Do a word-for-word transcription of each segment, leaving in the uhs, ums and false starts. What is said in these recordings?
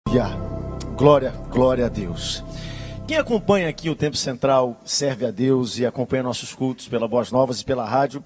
Glória, glória a Deus. Quem acompanha aqui o Tempo Central, serve a Deus e acompanha nossos cultos pela Boas Novas e pela rádio,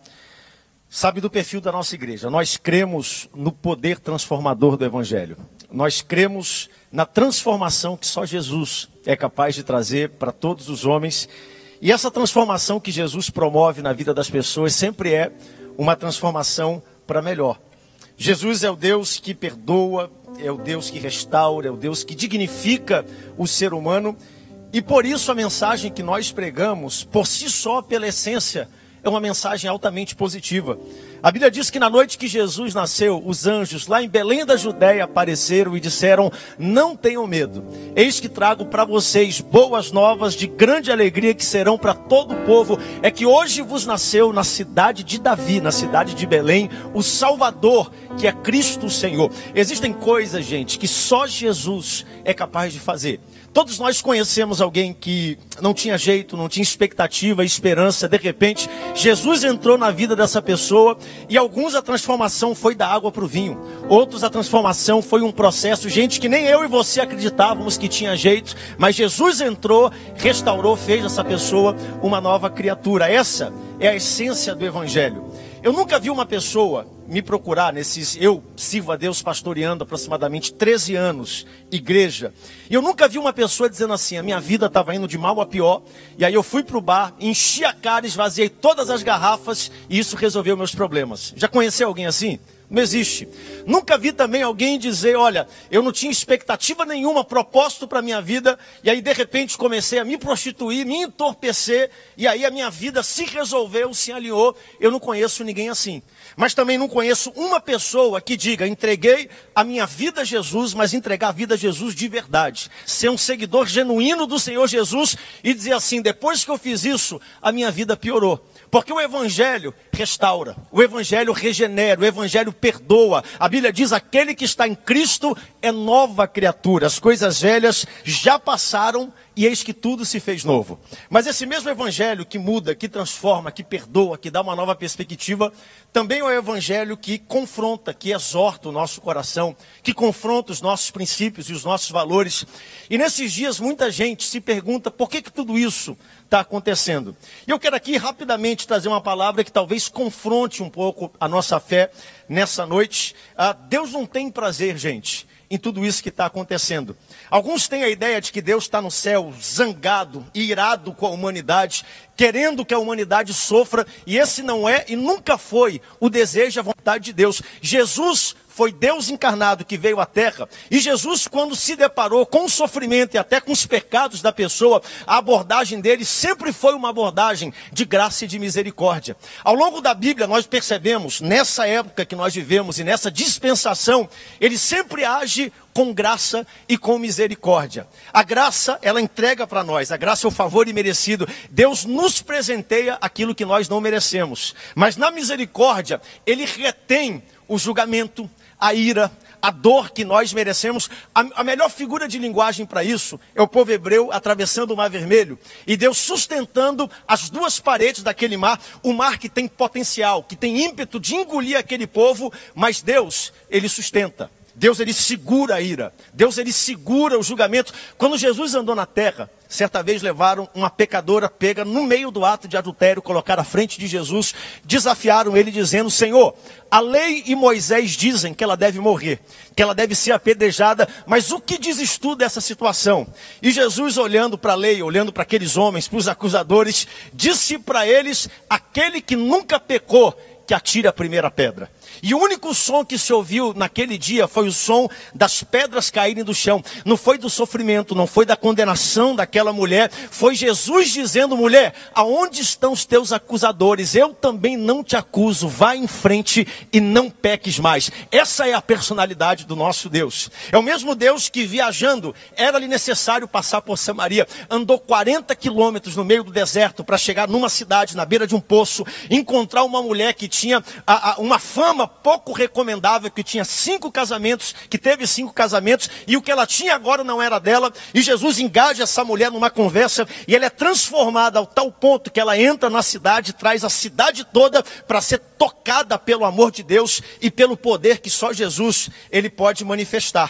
sabe do perfil da nossa igreja. Nós cremos no poder transformador do Evangelho. Nós cremos na transformação que só Jesus é capaz de trazer para todos os homens. E essa transformação que Jesus promove na vida das pessoas sempre é uma transformação para melhor. Jesus é o Deus que perdoa, é o Deus que restaura, é o Deus que dignifica o ser humano. E por isso a mensagem que nós pregamos, por si só, pela essência, é uma mensagem altamente positiva. A Bíblia diz que na noite que Jesus nasceu, os anjos lá em Belém da Judéia apareceram e disseram: não tenham medo, eis que trago para vocês boas novas de grande alegria que serão para todo o povo. É que hoje vos nasceu na cidade de Davi, na cidade de Belém, o Salvador, que é Cristo o Senhor. Existem coisas, gente, que só Jesus é capaz de fazer. Todos nós conhecemos alguém que não tinha jeito, não tinha expectativa, esperança. De repente, Jesus entrou na vida dessa pessoa e alguns a transformação foi da água para o vinho. Outros a transformação foi um processo, gente, que nem eu e você acreditávamos que tinha jeito. Mas Jesus entrou, restaurou, fez essa pessoa uma nova criatura. Essa é a essência do Evangelho. Eu nunca vi uma pessoa me procurar nesses... Eu sirvo a Deus pastoreando aproximadamente treze anos, igreja. E eu nunca vi uma pessoa dizendo assim: a minha vida estava indo de mal a pior. E aí eu fui para o bar, enchi a cara, esvaziei todas as garrafas e isso resolveu meus problemas. Já conheceu alguém assim? Não existe. Nunca vi também alguém dizer: olha, eu não tinha expectativa nenhuma, propósito para a minha vida, e aí de repente comecei a me prostituir, me entorpecer, e aí a minha vida se resolveu, se alinhou. Eu não conheço ninguém assim. Mas também não conheço uma pessoa que diga: entreguei a minha vida a Jesus, mas entregar a vida a Jesus de verdade. Ser um seguidor genuíno do Senhor Jesus e dizer assim: depois que eu fiz isso, a minha vida piorou. Porque o Evangelho restaura, o Evangelho regenera, o Evangelho perdoa. A Bíblia diz: aquele que está em Cristo é nova criatura. As coisas velhas já passaram e eis que tudo se fez novo. Mas esse mesmo Evangelho que muda, que transforma, que perdoa, que dá uma nova perspectiva, também é o Evangelho que confronta, que exorta o nosso coração, que confronta os nossos princípios e os nossos valores. E nesses dias muita gente se pergunta: por que que tudo isso está acontecendo? E eu quero aqui rapidamente trazer uma palavra que talvez confronte um pouco a nossa fé nessa noite. Ah, Deus não tem prazer, gente, em tudo isso que está acontecendo. Alguns têm a ideia de que Deus está no céu zangado, irado com a humanidade, querendo que a humanidade sofra, e esse não é e nunca foi o desejo e a vontade de Deus. Jesus foi Deus encarnado que veio à terra, e Jesus, quando se deparou com o sofrimento e até com os pecados da pessoa, a abordagem dele sempre foi uma abordagem de graça e de misericórdia. Ao longo da Bíblia nós percebemos, nessa época que nós vivemos e nessa dispensação, ele sempre age com graça e com misericórdia. A graça, ela entrega para nós, a graça é o favor imerecido. Deus nos presenteia aquilo que nós não merecemos. Mas na misericórdia, ele retém o julgamento, a ira, a dor que nós merecemos. A, a melhor figura de linguagem para isso é o povo hebreu atravessando o Mar Vermelho e Deus sustentando as duas paredes daquele mar, o mar que tem potencial, que tem ímpeto de engolir aquele povo, mas Deus, ele sustenta. Deus, ele segura a ira. Deus, ele segura o julgamento. Quando Jesus andou na terra, certa vez levaram uma pecadora pega no meio do ato de adultério, colocaram à frente de Jesus, desafiaram ele dizendo: Senhor, a lei e Moisés dizem que ela deve morrer, que ela deve ser apedrejada, mas o que dizes tu dessa situação? E Jesus, olhando para a lei, olhando para aqueles homens, para os acusadores, disse para eles: aquele que nunca pecou, que atire a primeira pedra. E o único som que se ouviu naquele dia foi o som das pedras caírem do chão. Não foi do sofrimento, não foi da condenação daquela mulher. Foi Jesus dizendo: mulher, aonde estão os teus acusadores? Eu também não te acuso. Vá em frente e não peques mais. Essa é a personalidade do nosso Deus. É o mesmo Deus que, viajando, era-lhe necessário passar por Samaria. Andou quarenta quilômetros no meio do deserto para chegar numa cidade, na beira de um poço, encontrar uma mulher que tinha a, a, uma fama pouco recomendável, que tinha cinco casamentos, que teve cinco casamentos, e o que ela tinha agora não era dela. E Jesus engaja essa mulher numa conversa, e ela é transformada ao tal ponto que ela entra na cidade, traz a cidade toda para ser tocada pelo amor de Deus e pelo poder que só Jesus ele pode manifestar.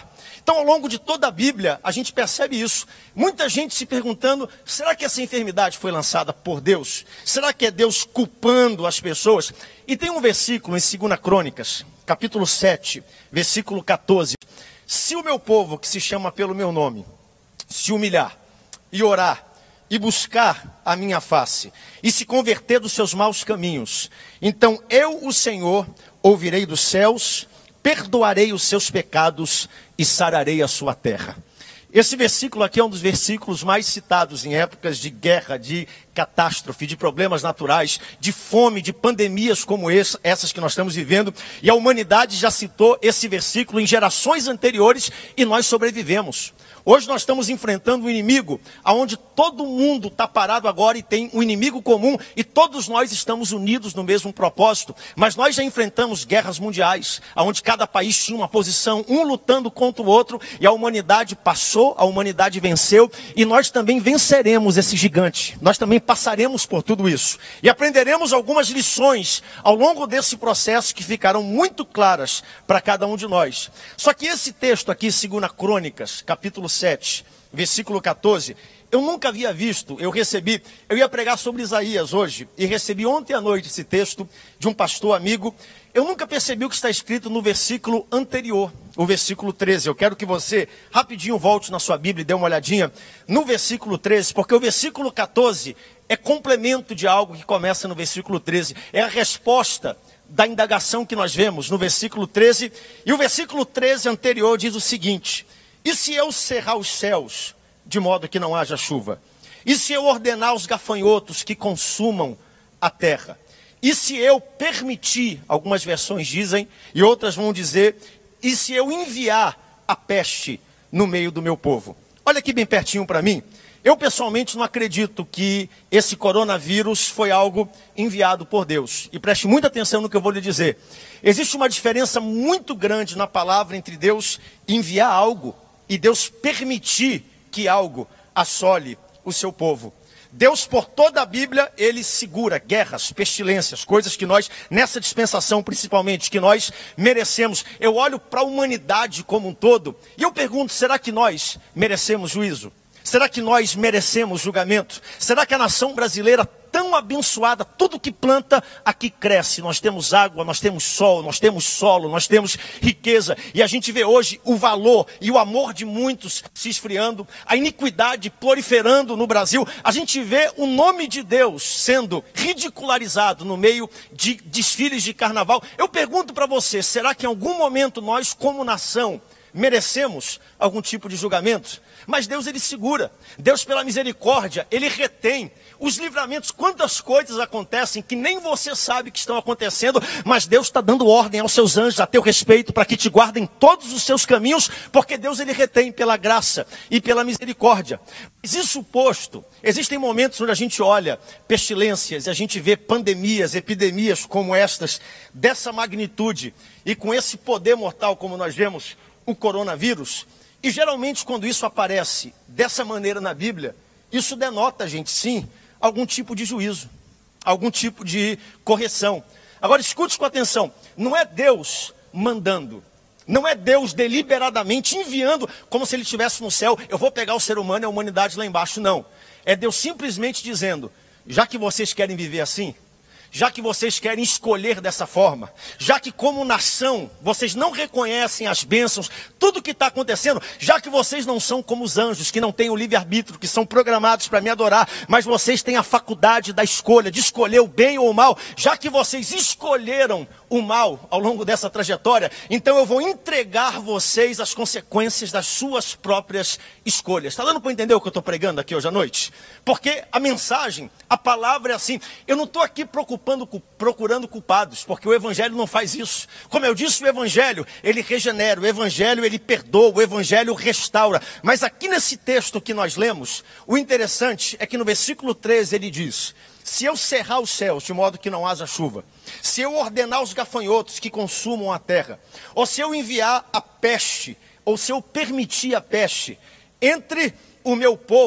Então, ao longo de toda a Bíblia, a gente percebe isso. Muita gente se perguntando, será que essa enfermidade foi lançada por Deus? Será que é Deus culpando as pessoas? E tem um versículo em segunda Crônicas, capítulo sete, versículo quatorze. Se o meu povo, que se chama pelo meu nome, se humilhar e orar, e buscar a minha face, e se converter dos seus maus caminhos, então eu, o Senhor, ouvirei dos céus, perdoarei os seus pecados e sararei a sua terra. Esse versículo aqui é um dos versículos mais citados em épocas de guerra, de catástrofe, de problemas naturais, de fome, de pandemias como essa, essas que nós estamos vivendo. E a humanidade já citou esse versículo em gerações anteriores e nós sobrevivemos. Hoje nós estamos enfrentando um inimigo onde todo mundo está parado agora e tem um inimigo comum e todos nós estamos unidos no mesmo propósito. Mas nós já enfrentamos guerras mundiais, onde cada país tinha uma posição, um lutando contra o outro, e a humanidade passou, a humanidade venceu, e nós também venceremos esse gigante. Nós também passaremos por tudo isso. E aprenderemos algumas lições ao longo desse processo que ficarão muito claras para cada um de nós. Só que esse texto aqui, segunda Crônicas, capítulo sete, versículo quatorze, eu nunca havia visto, eu recebi, eu ia pregar sobre Isaías hoje, e recebi ontem à noite esse texto de um pastor amigo. Eu nunca percebi o que está escrito no versículo anterior, o versículo treze. Eu quero que você rapidinho volte na sua Bíblia e dê uma olhadinha no versículo treze, porque o versículo quatorze é complemento de algo que começa no versículo treze, é a resposta da indagação que nós vemos no versículo treze, e o versículo treze anterior diz o seguinte: e se eu cerrar os céus, de modo que não haja chuva? E se eu ordenar aos gafanhotos que consumam a terra? E se eu permitir, algumas versões dizem, e outras vão dizer, e se eu enviar a peste no meio do meu povo? Olha aqui bem pertinho para mim. Eu pessoalmente não acredito que esse coronavírus foi algo enviado por Deus. E preste muita atenção no que eu vou lhe dizer. Existe uma diferença muito grande na palavra entre Deus enviar algo e Deus permitir que algo assole o seu povo. Deus, por toda a Bíblia, ele segura guerras, pestilências, coisas que nós, nessa dispensação principalmente, que nós merecemos. Eu olho para a humanidade como um todo e eu pergunto, será que nós merecemos juízo? Será que nós merecemos julgamento? Será que a nação brasileira, tão abençoada, tudo que planta aqui cresce? Nós temos água, nós temos sol, nós temos solo, nós temos riqueza. E a gente vê hoje o valor e o amor de muitos se esfriando, a iniquidade proliferando no Brasil. A gente vê o nome de Deus sendo ridicularizado no meio de desfiles de carnaval. Eu pergunto para você, será que em algum momento nós, como nação, merecemos algum tipo de julgamento? Mas Deus, ele segura. Deus, pela misericórdia, ele retém os livramentos. Quantas coisas acontecem que nem você sabe que estão acontecendo, mas Deus está dando ordem aos seus anjos a teu respeito para que te guardem todos os seus caminhos, porque Deus, ele retém pela graça e pela misericórdia. Mas isso posto, existem momentos onde a gente olha pestilências, e a gente vê pandemias, epidemias como estas, dessa magnitude, e com esse poder mortal como nós vemos o coronavírus. E geralmente quando isso aparece dessa maneira na Bíblia, isso denota, gente, sim, algum tipo de juízo, algum tipo de correção. Agora escute com atenção, não é Deus mandando, não é Deus deliberadamente enviando, como se ele estivesse no céu, eu vou pegar o ser humano e a humanidade lá embaixo, não. É Deus simplesmente dizendo, já que vocês querem viver assim, já que vocês querem escolher dessa forma, já que como nação vocês não reconhecem as bênçãos, tudo que está acontecendo, já que vocês não são como os anjos, que não têm o livre-arbítrio, que são programados para me adorar, mas vocês têm a faculdade da escolha, de escolher o bem ou o mal, já que vocês escolheram o mal ao longo dessa trajetória, então eu vou entregar vocês as consequências das suas próprias escolhas. Está dando para entender o que eu estou pregando aqui hoje à noite? Porque a mensagem, a palavra é assim, eu não estou aqui preocupado procurando culpados, porque o Evangelho não faz isso. Como eu disse, o Evangelho, ele regenera, o Evangelho, ele perdoa, o Evangelho restaura. Mas aqui nesse texto que nós lemos, o interessante é que no versículo treze ele diz, se eu cerrar os céus de modo que não haja chuva, se eu ordenar os gafanhotos que consumam a terra, ou se eu enviar a peste, ou se eu permitir a peste entre o meu povo,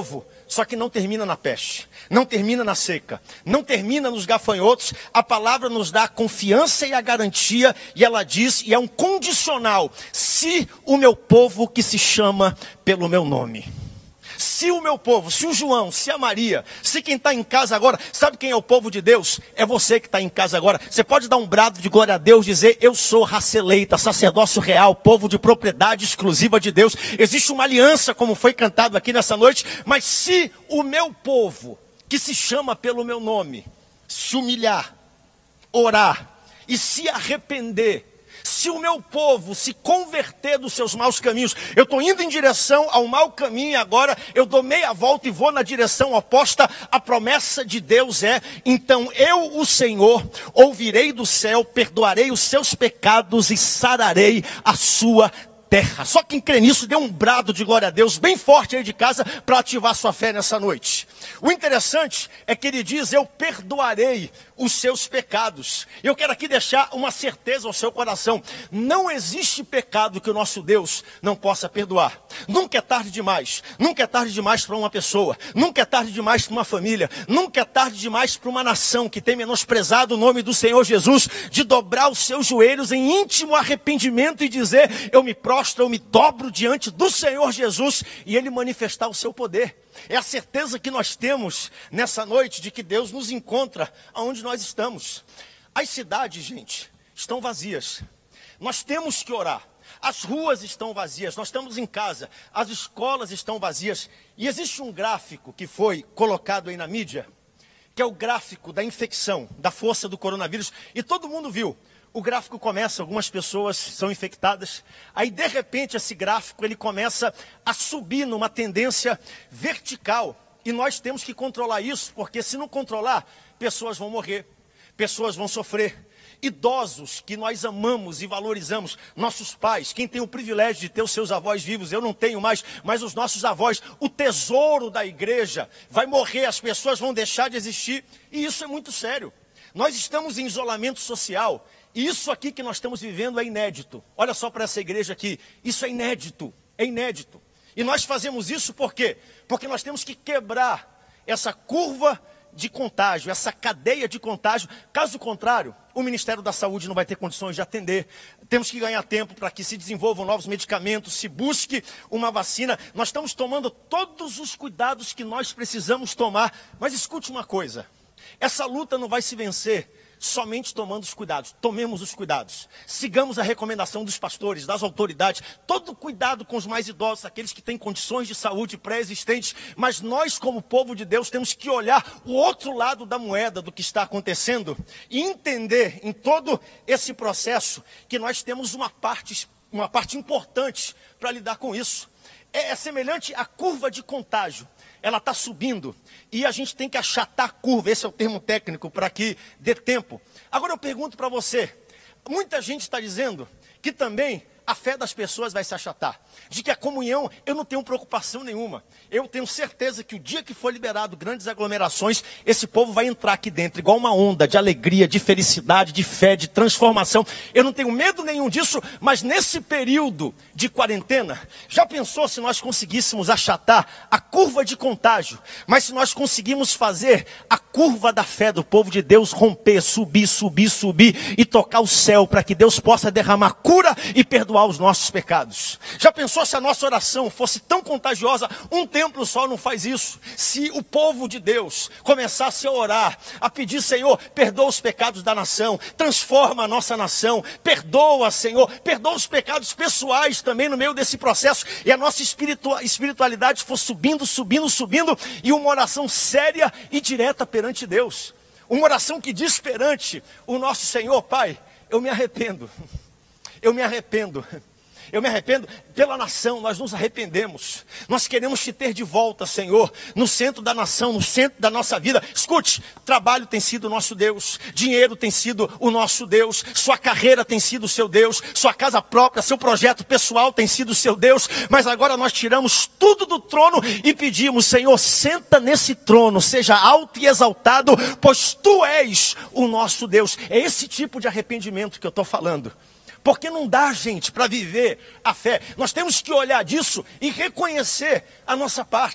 só que não termina na peste, não termina na seca, não termina nos gafanhotos. A palavra nos dá a confiança e a garantia, e ela diz, e é um condicional: se o meu povo que se chama pelo meu nome. Se o meu povo, se o João, se a Maria, se quem está em casa agora, sabe quem é o povo de Deus? É você que está em casa agora. Você pode dar um brado de glória a Deus, dizer: eu sou raça eleita, sacerdócio real, povo de propriedade exclusiva de Deus. Existe uma aliança, como foi cantado aqui nessa noite. Mas se o meu povo, que se chama pelo meu nome, se humilhar, orar e se arrepender, se o meu povo se converter dos seus maus caminhos, eu estou indo em direção ao mau caminho e agora eu dou meia volta e vou na direção oposta, a promessa de Deus é: então eu, o Senhor, ouvirei do céu, perdoarei os seus pecados e sararei a sua terra. Só quem crê nisso, dê um brado de glória a Deus bem forte aí de casa para ativar sua fé nessa noite. O interessante é que ele diz: eu perdoarei os seus pecados. Eu quero aqui deixar uma certeza ao seu coração: não existe pecado que o nosso Deus não possa perdoar. Nunca é tarde demais, nunca é tarde demais para uma pessoa, nunca é tarde demais para uma família, nunca é tarde demais para uma nação que tem menosprezado o nome do Senhor Jesus, de dobrar os seus joelhos em íntimo arrependimento e dizer: eu me prostro, eu me dobro diante do Senhor Jesus, e Ele manifestar o seu poder. É a certeza que nós temos nessa noite de que Deus nos encontra onde nós estamos. As cidades, gente, estão vazias. Nós temos que orar. As ruas estão vazias, nós estamos em casa. As escolas estão vazias. E existe um gráfico que foi colocado aí na mídia, que é o gráfico da infecção, da força do coronavírus. E todo mundo viu. O gráfico começa, algumas pessoas são infectadas, aí de repente esse gráfico ele começa a subir numa tendência vertical. E nós temos que controlar isso, porque se não controlar, pessoas vão morrer, pessoas vão sofrer. Idosos que nós amamos e valorizamos, nossos pais, quem tem o privilégio de ter os seus avós vivos, eu não tenho mais, mas os nossos avós, o tesouro da igreja, vai morrer, as pessoas vão deixar de existir, e isso é muito sério. Nós estamos em isolamento social. E isso aqui que nós estamos vivendo é inédito. Olha só para essa igreja aqui. Isso é inédito. É inédito. E nós fazemos isso por quê? Porque nós temos que quebrar essa curva de contágio, essa cadeia de contágio. Caso contrário, o Ministério da Saúde não vai ter condições de atender. Temos que ganhar tempo para que se desenvolvam novos medicamentos, se busque uma vacina. Nós estamos tomando todos os cuidados que nós precisamos tomar. Mas escute uma coisa. Essa luta não vai se vencer somente tomando os cuidados. Tomemos os cuidados. Sigamos a recomendação dos pastores, das autoridades. Todo cuidado com os mais idosos, aqueles que têm condições de saúde pré-existentes. Mas nós, como povo de Deus, temos que olhar o outro lado da moeda do que está acontecendo e entender em todo esse processo que nós temos uma parte, uma parte importante para lidar com isso. É, é semelhante à curva de contágio. Ela está subindo e a gente tem que achatar a curva, esse é o termo técnico, para que dê tempo. Agora eu pergunto para você, muita gente está dizendo que também a fé das pessoas vai se achatar, de que a comunhão, eu não tenho preocupação nenhuma. Eu tenho certeza que o dia que for liberado grandes aglomerações, esse povo vai entrar aqui dentro, igual uma onda de alegria, de felicidade, de fé, de transformação. Eu não tenho medo nenhum disso, mas nesse período de quarentena, já pensou se nós conseguíssemos achatar a curva de contágio, mas se nós conseguimos fazer a curva da fé do povo de Deus romper, subir, subir, subir e tocar o céu para que Deus possa derramar cura e perdoar os nossos pecados. Já pensou se a nossa oração fosse tão contagiosa? Um templo só não faz isso. Se o povo de Deus começasse a orar, a pedir: Senhor, perdoa os pecados da nação, transforma a nossa nação, perdoa, Senhor, perdoa os pecados pessoais também no meio desse processo, e a nossa espiritualidade for subindo, subindo, subindo, e uma oração séria e direta perante Deus. Uma oração que diz perante o nosso Senhor: Pai, eu me arrependo. Eu me arrependo, eu me arrependo pela nação, nós nos arrependemos. Nós queremos te ter de volta, Senhor, no centro da nação, no centro da nossa vida. Escute, trabalho tem sido o nosso Deus, dinheiro tem sido o nosso Deus, sua carreira tem sido o seu Deus, sua casa própria, seu projeto pessoal tem sido o seu Deus. Mas agora nós tiramos tudo do trono e pedimos: Senhor, senta nesse trono, seja alto e exaltado, pois Tu és o nosso Deus. É esse tipo de arrependimento que eu estou falando. Porque não dá, gente, para viver a fé. Nós temos que olhar disso e reconhecer a nossa parte.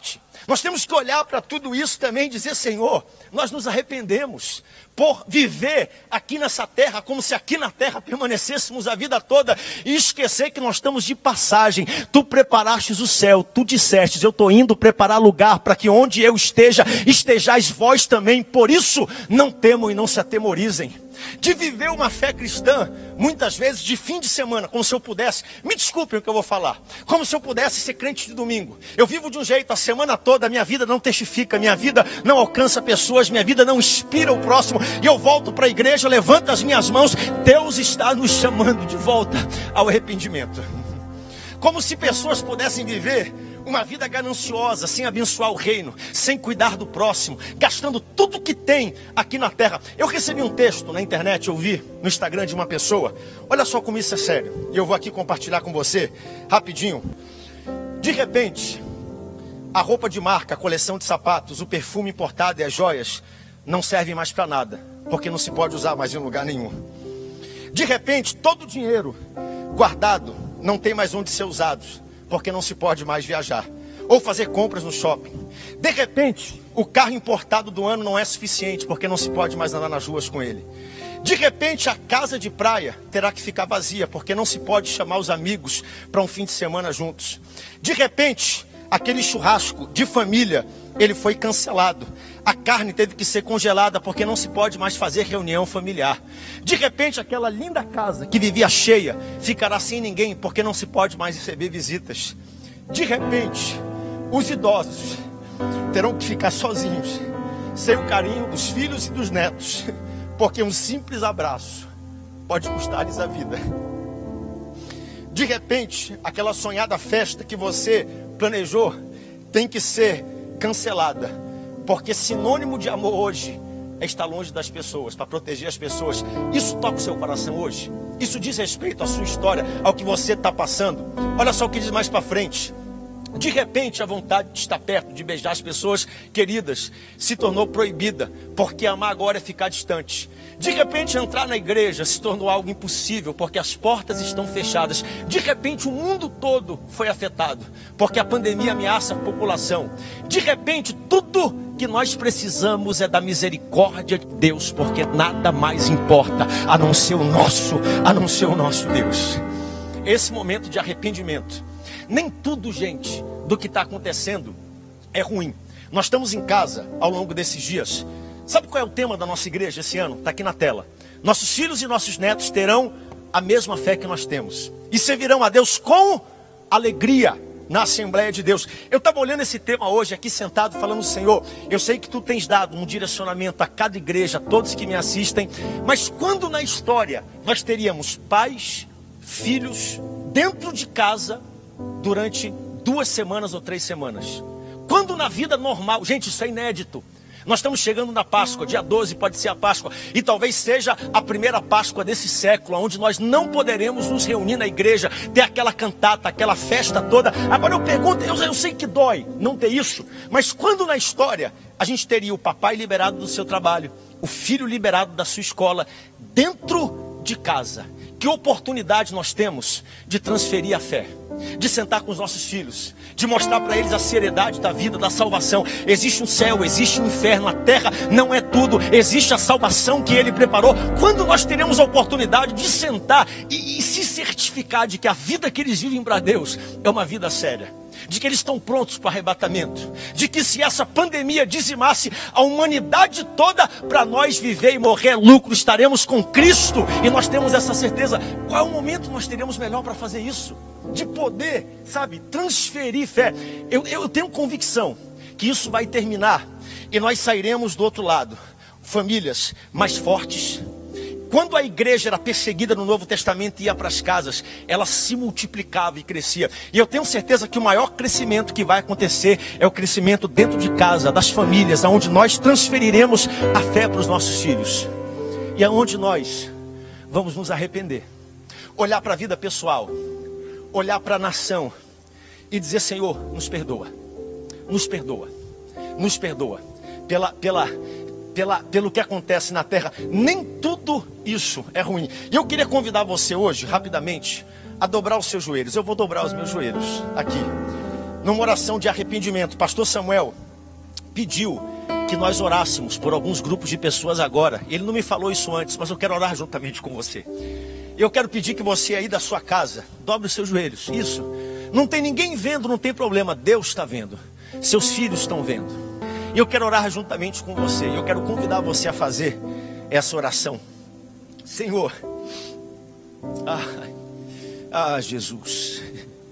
Nós temos que olhar para tudo isso também e dizer, Senhor, nós nos arrependemos por viver aqui nessa terra, como se aqui na terra permanecêssemos a vida toda e esquecer que nós estamos de passagem. Tu preparastes o céu, tu dissestes, eu estou indo preparar lugar para que onde eu esteja, estejais vós também. Por isso, não temam e não se atemorizem. De viver uma fé cristã, muitas vezes de fim de semana, como se eu pudesse, me desculpem o que eu vou falar, como se eu pudesse ser crente de domingo. Eu vivo de um jeito a semana toda, a minha vida não testifica, minha vida não alcança pessoas, minha vida não inspira o próximo, e eu volto para a igreja, levanto as minhas mãos, Deus está nos chamando de volta ao arrependimento. Como se pessoas pudessem viver uma vida gananciosa, sem abençoar o reino, sem cuidar do próximo, gastando tudo que tem aqui na terra. Eu recebi um texto na internet, eu vi no Instagram de uma pessoa. Olha só como isso é sério. E eu vou aqui compartilhar com você, rapidinho. De repente, a roupa de marca, a coleção de sapatos, o perfume importado e as joias não servem mais para nada, porque não se pode usar mais em lugar nenhum. De repente, todo o dinheiro guardado não tem mais onde ser usado, porque não se pode mais viajar ou fazer compras no shopping. De repente, o carro importado do ano não é suficiente, porque não se pode mais andar nas ruas com ele. De repente, a casa de praia terá que ficar vazia, porque não se pode chamar os amigos para um fim de semana juntos. De repente, aquele churrasco de família, ele foi cancelado. A carne teve que ser congelada, porque não se pode mais fazer reunião familiar. De repente, aquela linda casa que vivia cheia, ficará sem ninguém, porque não se pode mais receber visitas. De repente, os idosos terão que ficar sozinhos, sem o carinho dos filhos e dos netos, porque um simples abraço pode custar-lhes a vida. De repente, aquela sonhada festa que você planejou tem que ser cancelada, porque sinônimo de amor hoje é estar longe das pessoas, para proteger as pessoas. Isso toca o seu coração hoje? Isso diz respeito à sua história, ao que você está passando? Olha só o que diz mais para frente. De repente, a vontade de estar perto, de beijar as pessoas queridas, se tornou proibida, porque amar agora é ficar distante. De repente, entrar na igreja se tornou algo impossível, porque as portas estão fechadas. De repente, o mundo todo foi afetado, porque a pandemia ameaça a população. De repente, tudo que nós precisamos é da misericórdia de Deus, porque nada mais importa a não ser o nosso, a não ser o nosso Deus. Esse momento de arrependimento. Nem tudo, gente, do que está acontecendo é ruim. Nós estamos em casa ao longo desses dias. Sabe qual é o tema da nossa igreja esse ano? Está aqui na tela. Nossos filhos e nossos netos terão a mesma fé que nós temos, e servirão a Deus com alegria na Assembleia de Deus. Eu estava olhando esse tema hoje aqui sentado, falando, Senhor, eu sei que Tu tens dado um direcionamento a cada igreja, a todos que me assistem, mas quando na história nós teríamos pais, filhos, dentro de casa, durante duas semanas ou três semanas? Quando na vida normal, gente, isso é inédito. Nós estamos chegando na Páscoa, dia doze pode ser a Páscoa, e talvez seja a primeira Páscoa desse século, onde nós não poderemos nos reunir na igreja, ter aquela cantata, aquela festa toda. Agora eu pergunto, eu, eu sei que dói não ter isso, mas quando na história a gente teria o papai liberado do seu trabalho, o filho liberado da sua escola, dentro de casa? Que oportunidade nós temos de transferir a fé, de sentar com os nossos filhos, de mostrar para eles a seriedade da vida, da salvação. Existe um céu, existe um inferno, a terra não é tudo, existe a salvação que Ele preparou. Quando nós teremos a oportunidade de sentar e, e se certificar de que a vida que eles vivem para Deus é uma vida séria, de que eles estão prontos para o arrebatamento, de que se essa pandemia dizimasse a humanidade toda, para nós viver e morrer é lucro, estaremos com Cristo, e nós temos essa certeza. Qual é o momento que nós teremos melhor para fazer isso? De poder, sabe, transferir fé. Eu, eu tenho convicção que isso vai terminar e nós sairemos do outro lado, famílias mais fortes. Quando a igreja era perseguida no Novo Testamento e ia para as casas, ela se multiplicava e crescia. E eu tenho certeza que o maior crescimento que vai acontecer é o crescimento dentro de casa, das famílias, onde nós transferiremos a fé para os nossos filhos. E aonde nós vamos nos arrepender. Olhar para a vida pessoal, olhar para a nação e dizer, Senhor, nos perdoa. Nos perdoa. Nos perdoa. Pela... pela Pela, pelo que acontece na terra. Nem tudo isso é ruim. E eu queria convidar você hoje, rapidamente, a dobrar os seus joelhos. Eu vou dobrar os meus joelhos aqui. numa oração de arrependimento. Pastor Samuel pediu que nós orássemos por alguns grupos de pessoas agora. Ele não me falou isso antes, mas eu quero orar juntamente com você. Eu quero pedir que você aí da sua casa dobre os seus joelhos. Isso. Não tem ninguém vendo, não tem problema. Deus está vendo. Seus filhos estão vendo. E eu quero orar juntamente com você. Eu quero convidar você a fazer essa oração. Senhor, ah, ah Jesus,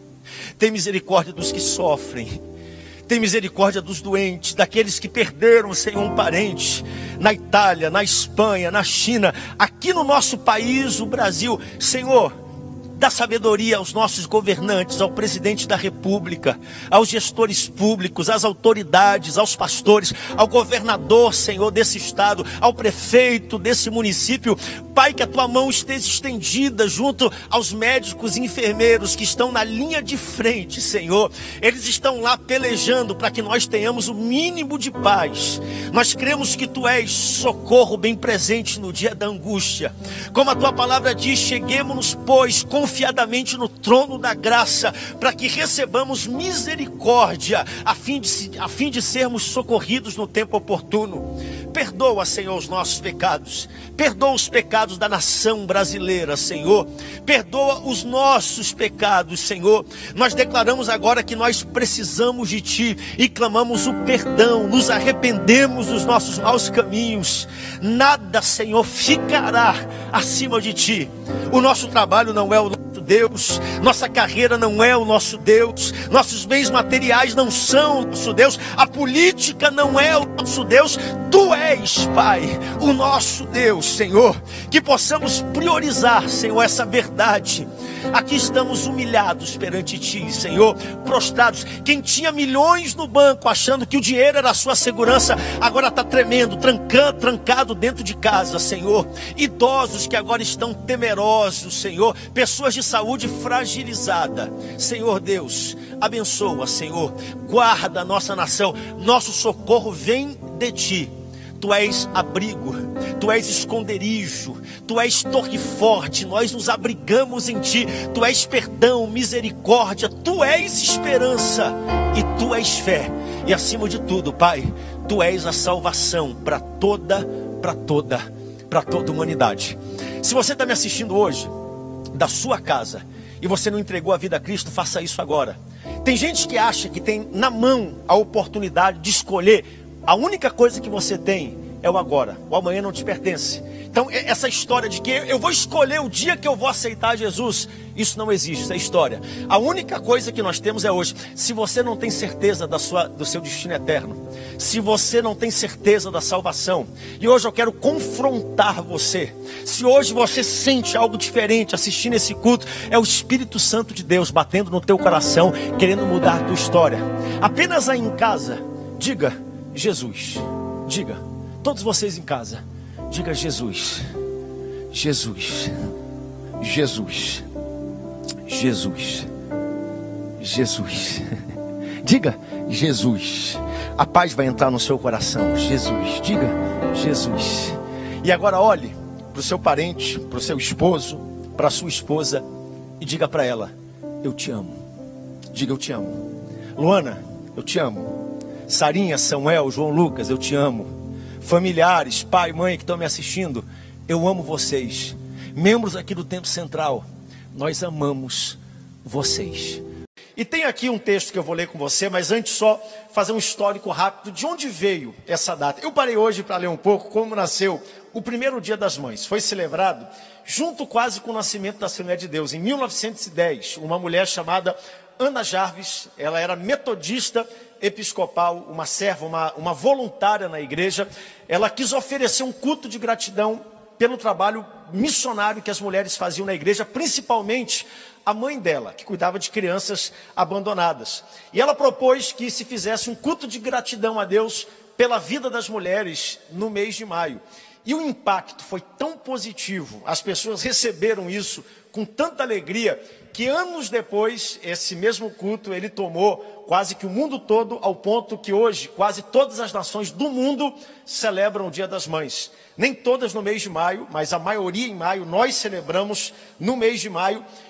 tem misericórdia dos que sofrem. Tem misericórdia dos doentes, daqueles que perderam, Senhor, um parente na Itália, na Espanha, na China, aqui no nosso país, o Brasil. Senhor, dá sabedoria aos nossos governantes, ao presidente da República, aos gestores públicos, às autoridades, aos pastores, ao governador, Senhor, desse estado, ao prefeito desse município. Pai, que a tua mão esteja estendida junto aos médicos e enfermeiros que estão na linha de frente, Senhor. Eles estão lá pelejando para que nós tenhamos o mínimo de paz. Nós cremos que tu és socorro bem presente no dia da angústia. Como a tua palavra diz, cheguemos-nos, pois, confiadamente no trono da graça, para que recebamos misericórdia, a fim de, a fim de sermos socorridos no tempo oportuno. Perdoa, Senhor, os nossos pecados. Perdoa os pecados da nação brasileira, Senhor. Perdoa os nossos pecados, Senhor. Nós declaramos agora que nós precisamos de Ti e clamamos o perdão. Nos arrependemos dos nossos maus caminhos. Nada, Senhor, ficará acima de Ti. O nosso trabalho não é o nosso Deus, nossa carreira não é o nosso Deus, nossos bens materiais não são o nosso Deus, a política não é o nosso Deus. Tu és, Pai, o nosso Deus, Senhor. Que possamos priorizar, Senhor, essa verdade. Aqui estamos humilhados perante Ti, Senhor, prostrados. Quem tinha milhões no banco achando que o dinheiro era a sua segurança, agora está tremendo, trancado, trancado dentro de casa, Senhor. Idosos que agora estão temerosos, Senhor. Pessoas de saúde fragilizada. Senhor Deus, abençoa, Senhor. Guarda a nossa nação. Nosso socorro vem de Ti. Tu és abrigo, Tu és esconderijo, Tu és torre forte, nós nos abrigamos em Ti. Tu és perdão, misericórdia, Tu és esperança e Tu és fé. E acima de tudo, Pai, Tu és a salvação para toda, para toda, para toda a humanidade. Se você está me assistindo hoje, da sua casa, e você não entregou a vida a Cristo, faça isso agora. Tem gente que acha que tem na mão a oportunidade de escolher. A única coisa que você tem é o agora. O amanhã não te pertence. Então essa história de que eu vou escolher o dia que eu vou aceitar Jesus, isso não existe, isso é história. A única coisa que nós temos é hoje. Se você não tem certeza da sua, do seu destino eterno, se você não tem certeza da salvação, e hoje eu quero confrontar você. Se hoje você sente algo diferente assistindo esse culto, é o Espírito Santo de Deus batendo no teu coração, querendo mudar a tua história. Apenas aí em casa, diga Jesus. Diga, todos vocês em casa, diga Jesus, Jesus, Jesus, Jesus, Jesus. Diga Jesus. A paz vai entrar no seu coração. Jesus, diga Jesus. E agora olhe para o seu parente, para o seu esposo, para a sua esposa e diga para ela: eu te amo. Diga: eu te amo. Luana, eu te amo. Sarinha, Samuel, João Lucas, eu te amo. Familiares, pai, mãe que estão me assistindo, eu amo vocês. Membros aqui do Tempo Central, nós amamos vocês. E tem aqui um texto que eu vou ler com você, mas antes só fazer um histórico rápido de onde veio essa data. Eu parei hoje para ler um pouco como nasceu o primeiro Dia das Mães. Foi celebrado junto quase com o nascimento da Assembleia de Deus. Em mil novecentos e dez, uma mulher chamada Ana Jarvis, ela era metodista episcopal, uma serva, uma, uma voluntária na igreja. Ela quis oferecer um culto de gratidão pelo trabalho missionário que as mulheres faziam na igreja, principalmente a mãe dela, que cuidava de crianças abandonadas. E ela propôs que se fizesse um culto de gratidão a Deus pela vida das mulheres no mês de maio. E o impacto foi tão positivo, as pessoas receberam isso com tanta alegria, que anos depois, esse mesmo culto, ele tomou quase que o mundo todo, ao ponto que hoje, quase todas as nações do mundo celebram o Dia das Mães. Nem todas no mês de maio, mas a maioria em maio, nós celebramos no mês de maio.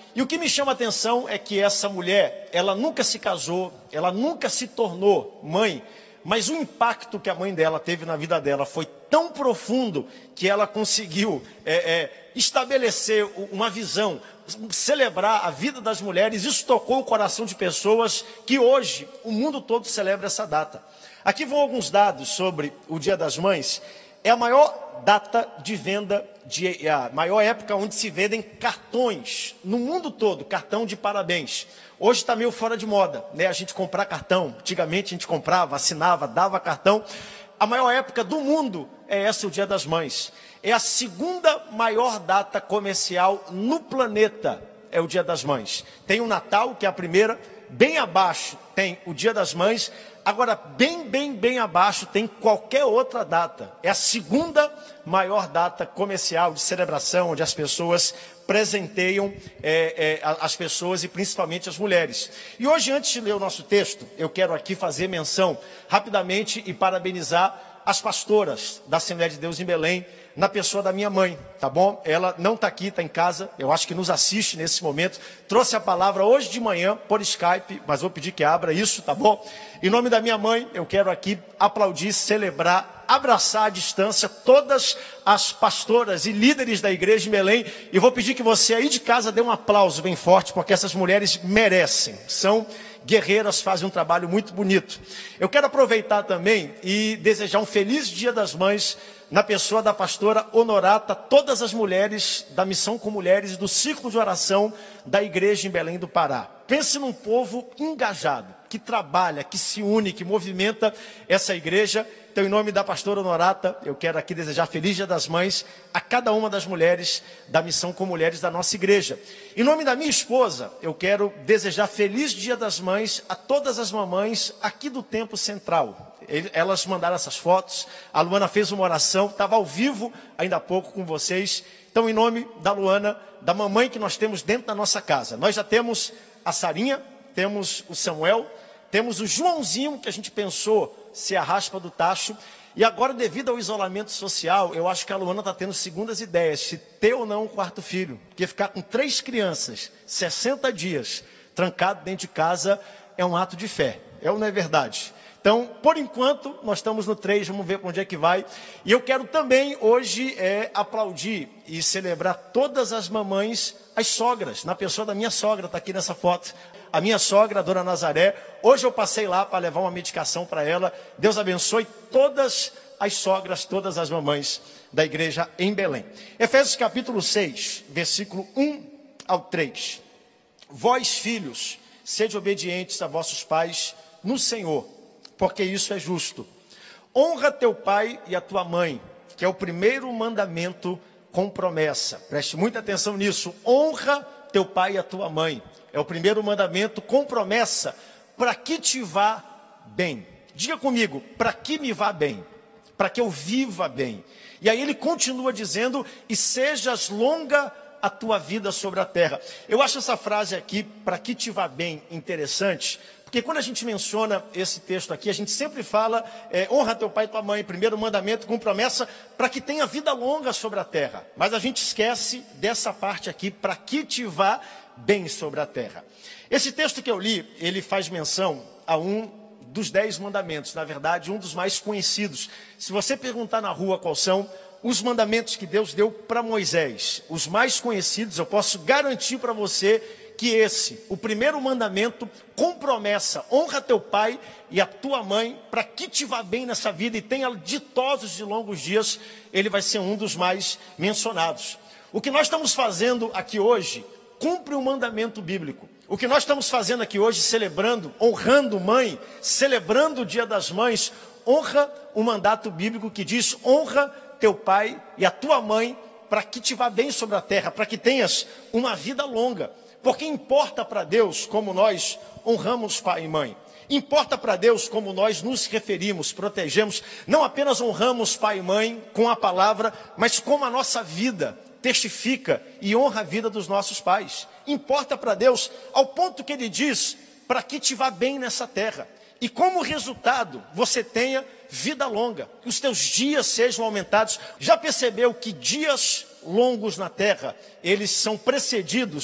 E o que me chama a atenção é que essa mulher, ela nunca se casou, ela nunca se tornou mãe, mas o impacto que a mãe dela teve na vida dela foi tão profundo que ela conseguiu é, é, estabelecer uma visão, celebrar a vida das mulheres. Isso tocou o coração de pessoas que hoje o mundo todo celebra essa data. Aqui vão alguns dados sobre o Dia das Mães. É a maior data de venda, de, a maior época onde se vendem cartões no mundo todo, cartão de parabéns. Hoje está meio fora de moda, né? A gente comprar cartão. Antigamente a gente comprava, assinava, dava cartão. A maior época do mundo é essa, o Dia das Mães. É a segunda maior data comercial no planeta, é o Dia das Mães. Tem o Natal, que é a primeira, bem abaixo tem o Dia das Mães. Agora, bem, bem, bem abaixo tem qualquer outra data. É a segunda maior data comercial de celebração, onde as pessoas presenteiam é, é, as pessoas e principalmente as mulheres. E hoje, antes de ler o nosso texto, eu quero aqui fazer menção rapidamente e parabenizar as pastoras da Assembleia de Deus em Belém, na pessoa da minha mãe, tá bom? Ela não está aqui, está em casa, eu acho que nos assiste nesse momento. Trouxe a palavra hoje de manhã por Skype, mas vou pedir que abra isso, tá bom? Em nome da minha mãe, eu quero aqui aplaudir, celebrar, abraçar à distância todas as pastoras e líderes da igreja em Belém. E vou pedir que você aí de casa dê um aplauso bem forte, porque essas mulheres merecem, são guerreiras, fazem um trabalho muito bonito. Eu quero aproveitar também e desejar um feliz Dia das Mães na pessoa da pastora Honorata, todas as mulheres da Missão com Mulheres do Círculo de Oração da igreja em Belém do Pará. Pense num povo engajado, que trabalha, que se une, que movimenta essa igreja. Então, em nome da pastora Honorata, eu quero aqui desejar feliz Dia das Mães a cada uma das mulheres da Missão com Mulheres da nossa igreja. Em nome da minha esposa, eu quero desejar feliz Dia das Mães a todas as mamães aqui do Templo Central. Elas mandaram essas fotos, a Luana fez uma oração, estava ao vivo ainda há pouco com vocês. Então, em nome da Luana, da mamãe que nós temos dentro da nossa casa, nós já temos a Sarinha, temos o Samuel, temos o Joãozinho, que a gente pensou ser a raspa do tacho. E agora, devido ao isolamento social, eu acho que a Luana está tendo segundas ideias, se ter ou não um quarto filho. Porque ficar com três crianças, sessenta dias, trancado dentro de casa, é um ato de fé. É ou não é verdade? Então, por enquanto, nós estamos no três, vamos ver para onde é que vai. E eu quero também, hoje, é, aplaudir e celebrar todas as mamães, as sogras, na pessoa da minha sogra, está aqui nessa foto. A minha sogra, a dona Nazaré, hoje eu passei lá para levar uma medicação para ela. Deus abençoe todas as sogras, todas as mamães da igreja em Belém. Efésios capítulo seis, versículo um ao três. Vós, filhos, sede obedientes a vossos pais no Senhor, porque isso é justo. Honra teu pai e a tua mãe, que é o primeiro mandamento com promessa. Preste muita atenção nisso. Honra teu pai e a tua mãe. É o primeiro mandamento com promessa, para que te vá bem. Diga comigo, para que me vá bem? Para que eu viva bem. E aí ele continua dizendo, e sejas longa a tua vida sobre a terra. Eu acho essa frase aqui, para que te vá bem, interessante, porque quando a gente menciona esse texto aqui, a gente sempre fala, é, honra teu pai e tua mãe, primeiro mandamento com promessa, para que tenha vida longa sobre a terra. Mas a gente esquece dessa parte aqui, para que te vá bem sobre a terra. Esse texto que eu li, ele faz menção a um dos dez mandamentos, na verdade, um dos mais conhecidos. Se você perguntar na rua quais são os mandamentos que Deus deu para Moisés, os mais conhecidos, eu posso garantir para você que esse, o primeiro mandamento com promessa, honra teu pai e a tua mãe, para que te vá bem nessa vida e tenha ditosos e longos dias, ele vai ser um dos mais mencionados. O que nós estamos fazendo aqui hoje, cumpre um mandamento bíblico. O que nós estamos fazendo aqui hoje, celebrando, honrando mãe, celebrando o Dia das Mães, honra o mandato bíblico que diz, honra teu pai e a tua mãe, para que te vá bem sobre a terra, para que tenhas uma vida longa. Porque importa para Deus como nós honramos pai e mãe. Importa para Deus como nós nos referimos, protegemos. Não apenas honramos pai e mãe com a palavra, mas como a nossa vida testifica e honra a vida dos nossos pais. Importa para Deus ao ponto que ele diz, para que te vá bem nessa terra. E como resultado, você tenha vida longa. Que os teus dias sejam aumentados. Já percebeu que dias longos na terra, eles são precedidos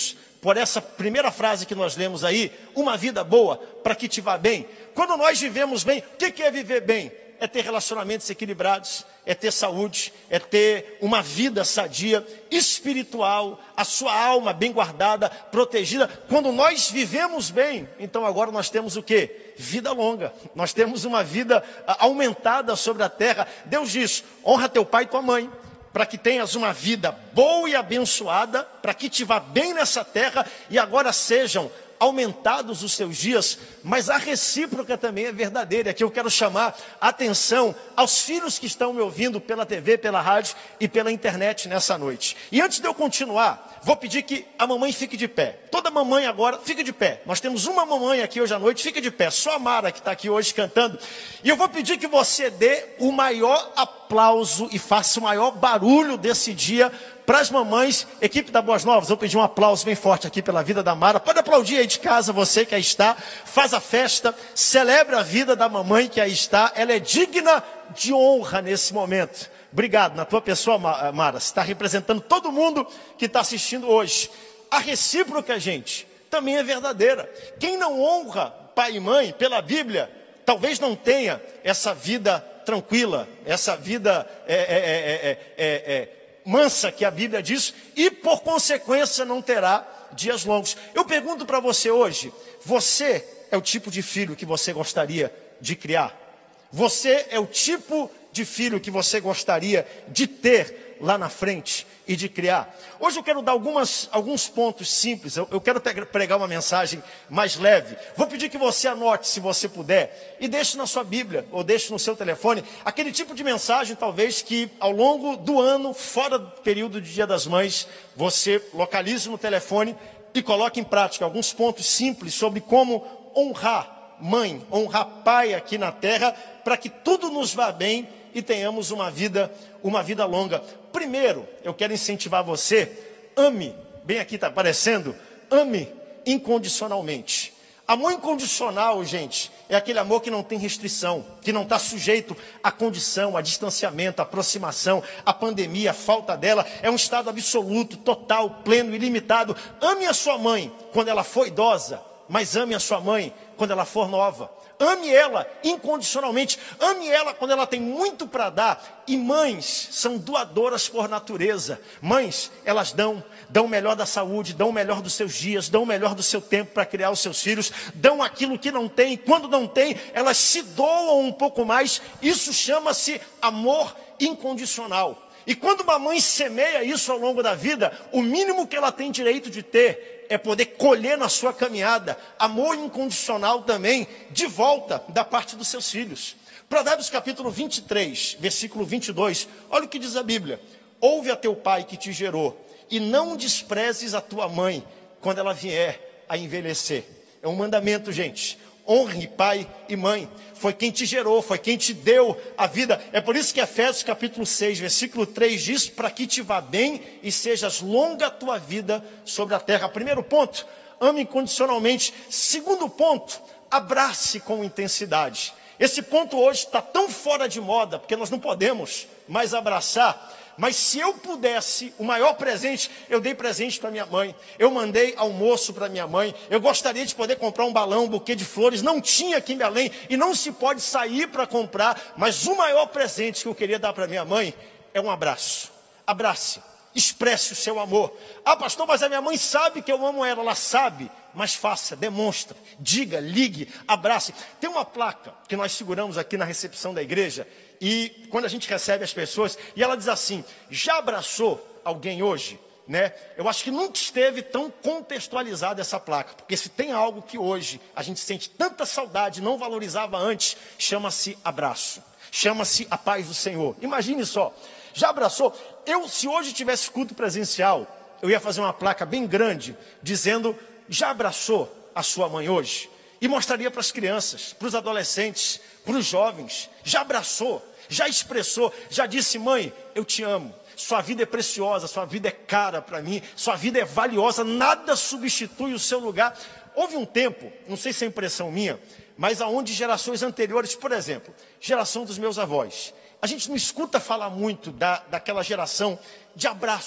por essa primeira frase que nós lemos aí, uma vida boa, para que te vá bem. Quando nós vivemos bem, o que é viver bem? É ter relacionamentos equilibrados, é ter saúde, é ter uma vida sadia, espiritual, a sua alma bem guardada, protegida. Quando nós vivemos bem, então agora nós temos o quê? Vida longa. Nós temos uma vida aumentada sobre a terra. Deus diz, honra teu pai e tua mãe, para que tenhas uma vida boa e abençoada, para que te vá bem nessa terra e agora sejam aumentados os seus dias, mas a recíproca também é verdadeira. Aqui eu quero chamar a atenção aos filhos que estão me ouvindo pela T V, pela rádio e pela internet nessa noite. E antes de eu continuar, vou pedir que a mamãe fique de pé. Toda mamãe agora fique de pé. Nós temos uma mamãe aqui hoje à noite, fique de pé. Só a Mara que está aqui hoje cantando. E eu vou pedir que você dê o maior aplauso e faça o maior barulho desse dia para as mamães. Equipe da Boas Novas, vou pedir um aplauso bem forte aqui pela vida da Mara. Pode aplaudir aí de casa, você que aí está. Faz a festa, celebra a vida da mamãe que aí está. Ela é digna de honra nesse momento. Obrigado, na tua pessoa, Mara. Você está representando todo mundo que está assistindo hoje. A recíproca, gente, também é verdadeira. Quem não honra pai e mãe, pela Bíblia, talvez não tenha essa vida tranquila, essa vida é, é, é, é, é, mansa que a Bíblia diz, e por consequência não terá dias longos. Eu pergunto para você hoje, você é o tipo de filho que você gostaria de criar? Você é o tipo de filho que você gostaria de ter lá na frente e de criar? Hoje eu quero dar algumas, alguns pontos simples. Eu, eu quero pregar uma mensagem mais leve. Vou pedir que você anote, se você puder, e deixe na sua Bíblia, ou deixe no seu telefone, aquele tipo de mensagem, talvez, que ao longo do ano, fora do período de Dia das Mães, você localize no telefone e coloque em prática alguns pontos simples sobre como honrar mãe, honrar pai aqui na terra, para que tudo nos vá bem e tenhamos uma vida, uma vida longa. Primeiro, eu quero incentivar você, ame, bem aqui está aparecendo, ame incondicionalmente. Amor incondicional, gente, é aquele amor que não tem restrição, que não está sujeito à condição, a distanciamento, à aproximação, à pandemia, à falta dela. É um estado absoluto, total, pleno, ilimitado. Ame a sua mãe quando ela for idosa, mas ame a sua mãe quando ela for nova. Ame ela incondicionalmente. Ame ela quando ela tem muito para dar. E mães são doadoras por natureza. Mães, elas dão, dão o melhor da saúde, dão o melhor dos seus dias, dão o melhor do seu tempo para criar os seus filhos, dão aquilo que não tem. Quando não tem, elas se doam um pouco mais. Isso chama-se amor incondicional. E quando uma mãe semeia isso ao longo da vida, o mínimo que ela tem direito de ter é poder colher na sua caminhada amor incondicional também, de volta da parte dos seus filhos. Provérbios capítulo vinte e três, versículo vinte e dois, olha o que diz a Bíblia. Ouve a teu pai que te gerou, e não desprezes a tua mãe quando ela vier a envelhecer. É um mandamento, gente. Honre pai e mãe. Foi quem te gerou, foi quem te deu a vida. É por isso que Efésios capítulo seis, versículo três diz, para que te vá bem e sejas longa a tua vida sobre a terra. Primeiro ponto, ame incondicionalmente. Segundo ponto, abrace com intensidade. Esse ponto hoje está tão fora de moda, porque nós não podemos mais abraçar. Mas se eu pudesse, o maior presente, eu dei presente para minha mãe, eu mandei almoço para minha mãe, eu gostaria de poder comprar um balão, um buquê de flores, não tinha aqui em Belém, e não se pode sair para comprar, mas o maior presente que eu queria dar para minha mãe é um abraço. Abrace, expresse o seu amor. Ah, pastor, mas a minha mãe sabe que eu amo ela, ela sabe, mas faça, demonstre, diga, ligue, abrace. Tem uma placa que nós seguramos aqui na recepção da igreja, e quando a gente recebe as pessoas, e ela diz assim, já abraçou alguém hoje? Né? Eu acho que nunca esteve tão contextualizada essa placa, porque se tem algo que hoje a gente sente tanta saudade, não valorizava antes, chama-se abraço, chama-se a paz do Senhor. Imagine só, já abraçou? Eu, se hoje tivesse culto presencial, eu ia fazer uma placa bem grande, dizendo, já abraçou a sua mãe hoje? E mostraria para as crianças, para os adolescentes, para os jovens, já abraçou, já expressou, já disse, mãe, eu te amo, sua vida é preciosa, sua vida é cara para mim, sua vida é valiosa, nada substitui o seu lugar. Houve um tempo, não sei se é impressão minha, mas aonde gerações anteriores, por exemplo, geração dos meus avós, a gente não escuta falar muito da, daquela geração de abraço,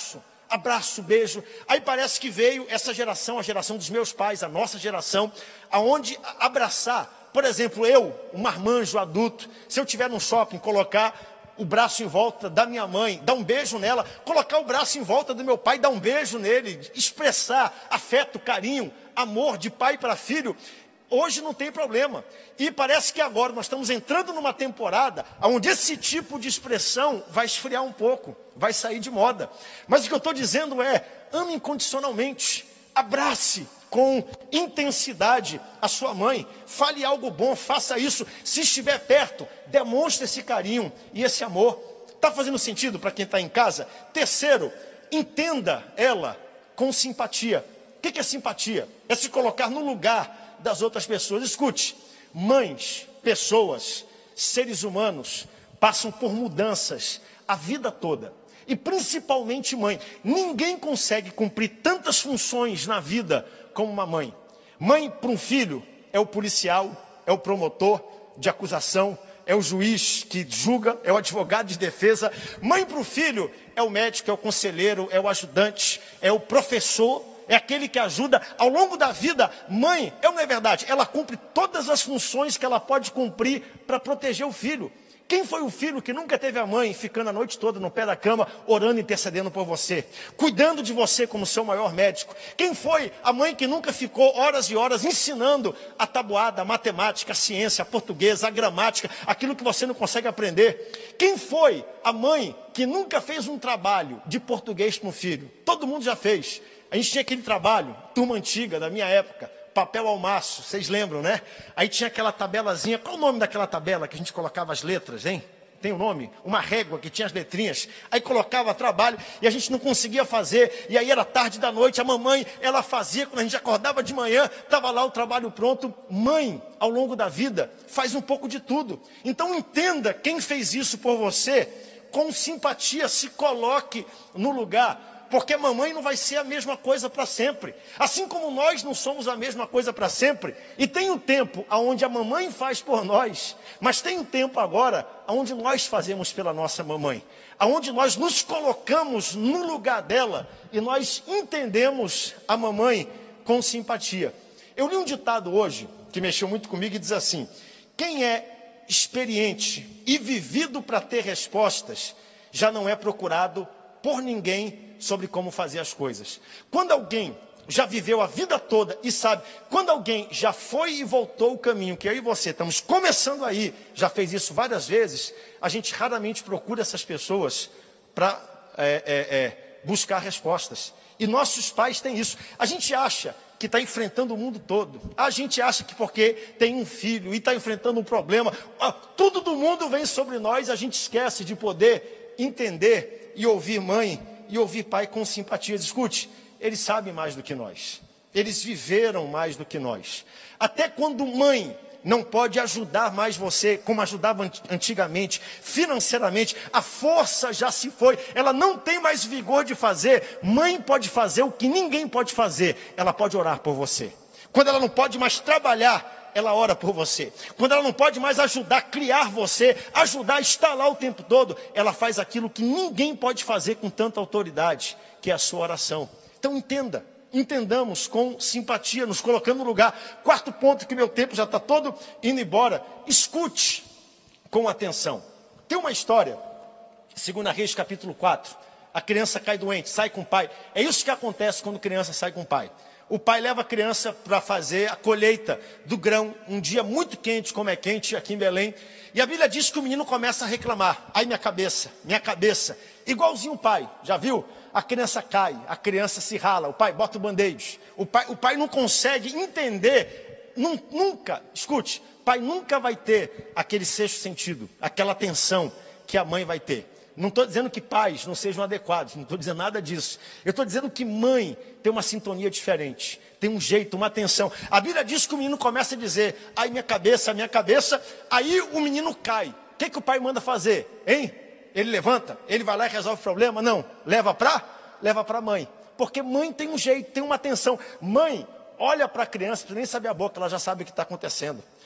abraço, beijo. Aí parece que veio essa geração, a geração dos meus pais, a nossa geração, aonde abraçar, por exemplo, eu, um marmanjo adulto, se eu estiver num shopping, colocar o braço em volta da minha mãe, dar um beijo nela, colocar o braço em volta do meu pai, dar um beijo nele, expressar afeto, carinho, amor de pai para filho, hoje não tem problema. E parece que agora nós estamos entrando numa temporada onde esse tipo de expressão vai esfriar um pouco, vai sair de moda. Mas o que eu estou dizendo é, ame incondicionalmente, abrace com intensidade a sua mãe, fale algo bom, faça isso. Se estiver perto, demonstre esse carinho e esse amor. Está fazendo sentido para quem está em casa? Terceiro, entenda ela com simpatia. O que é simpatia? É se colocar no lugar das outras pessoas. Escute, mães, pessoas, seres humanos passam por mudanças a vida toda. E principalmente mãe. Ninguém consegue cumprir tantas funções na vida como uma mãe. Mãe para um filho é o policial, é o promotor de acusação, é o juiz que julga, é o advogado de defesa. Mãe para o filho é o médico, é o conselheiro, é o ajudante, é o professor, é aquele que ajuda ao longo da vida. Mãe, é ou não é verdade? Ela cumpre todas as funções que ela pode cumprir para proteger o filho. Quem foi o filho que nunca teve a mãe ficando a noite toda no pé da cama, orando e intercedendo por você, cuidando de você como seu maior médico? Quem foi a mãe que nunca ficou horas e horas ensinando a tabuada, a matemática, a ciência, a portuguesa, a gramática, aquilo que você não consegue aprender? Quem foi a mãe que nunca fez um trabalho de português para um filho? Todo mundo já fez. A gente tinha aquele trabalho, turma antiga, da minha época, papel ao maço, vocês lembram, né? Aí tinha aquela tabelazinha, qual o nome daquela tabela que a gente colocava as letras, hein? Tem um nome? Uma régua que tinha as letrinhas. Aí colocava trabalho e a gente não conseguia fazer. E aí era tarde da noite, a mamãe, ela fazia, quando a gente acordava de manhã, estava lá o trabalho pronto. Mãe, ao longo da vida, faz um pouco de tudo. Então entenda quem fez isso por você, com simpatia, se coloque no lugar. Porque mamãe não vai ser a mesma coisa para sempre. Assim como nós não somos a mesma coisa para sempre. E tem um tempo onde a mamãe faz por nós. Mas tem um tempo agora onde nós fazemos pela nossa mamãe. Onde nós nos colocamos no lugar dela. E nós entendemos a mamãe com simpatia. Eu li um ditado hoje, que mexeu muito comigo, e diz assim: quem é experiente e vivido para ter respostas, já não é procurado por ninguém sobre como fazer as coisas. Quando alguém já viveu a vida toda e sabe, quando alguém já foi e voltou o caminho, que eu e você estamos começando aí, já fez isso várias vezes, a gente raramente procura essas pessoas para é, é, é, buscar respostas. E nossos pais têm isso. A gente acha que está enfrentando o mundo todo. A gente acha que porque tem um filho e está enfrentando um problema, tudo do mundo vem sobre nós, a gente esquece de poder entender e ouvir mãe e ouvir pai com simpatia. Escute, eles sabem mais do que nós. Eles viveram mais do que nós. Até quando mãe não pode ajudar mais você, como ajudava antigamente, financeiramente, a força já se foi, ela não tem mais vigor de fazer. Mãe pode fazer o que ninguém pode fazer, ela pode orar por você. Quando ela não pode mais trabalhar, ela ora por você. Quando ela não pode mais ajudar a criar você, ajudar a estar lá o tempo todo, ela faz aquilo que ninguém pode fazer com tanta autoridade, que é a sua oração. Então entenda, entendamos com simpatia, nos colocando no lugar. Quarto ponto, que meu tempo já está todo indo embora. Escute com atenção. Tem uma história, Segunda Reis capítulo quatro, a criança cai doente, sai com o pai. É isso que acontece quando criança sai com o pai. O pai leva a criança para fazer a colheita do grão, um dia muito quente, como é quente aqui em Belém. E a Bíblia diz que o menino começa a reclamar. Ai, minha cabeça, minha cabeça. Igualzinho o pai, já viu? A criança cai, a criança se rala, o pai bota o band-aid. O pai, o pai não consegue entender, num, nunca, escute, pai nunca vai ter aquele sexto sentido, aquela atenção que a mãe vai ter. Não estou dizendo que pais não sejam adequados, não estou dizendo nada disso. Eu estou dizendo que mãe tem uma sintonia diferente, tem um jeito, uma atenção. A Bíblia diz que o menino começa a dizer, ai minha cabeça, minha cabeça, aí o menino cai. O que, que o pai manda fazer? Hein? Ele levanta? Ele vai lá e resolve o problema? Não. Leva para? Leva para a mãe. Porque mãe tem um jeito, tem uma atenção. Mãe olha para a criança, tu nem sabe a boca, ela já sabe o que está acontecendo.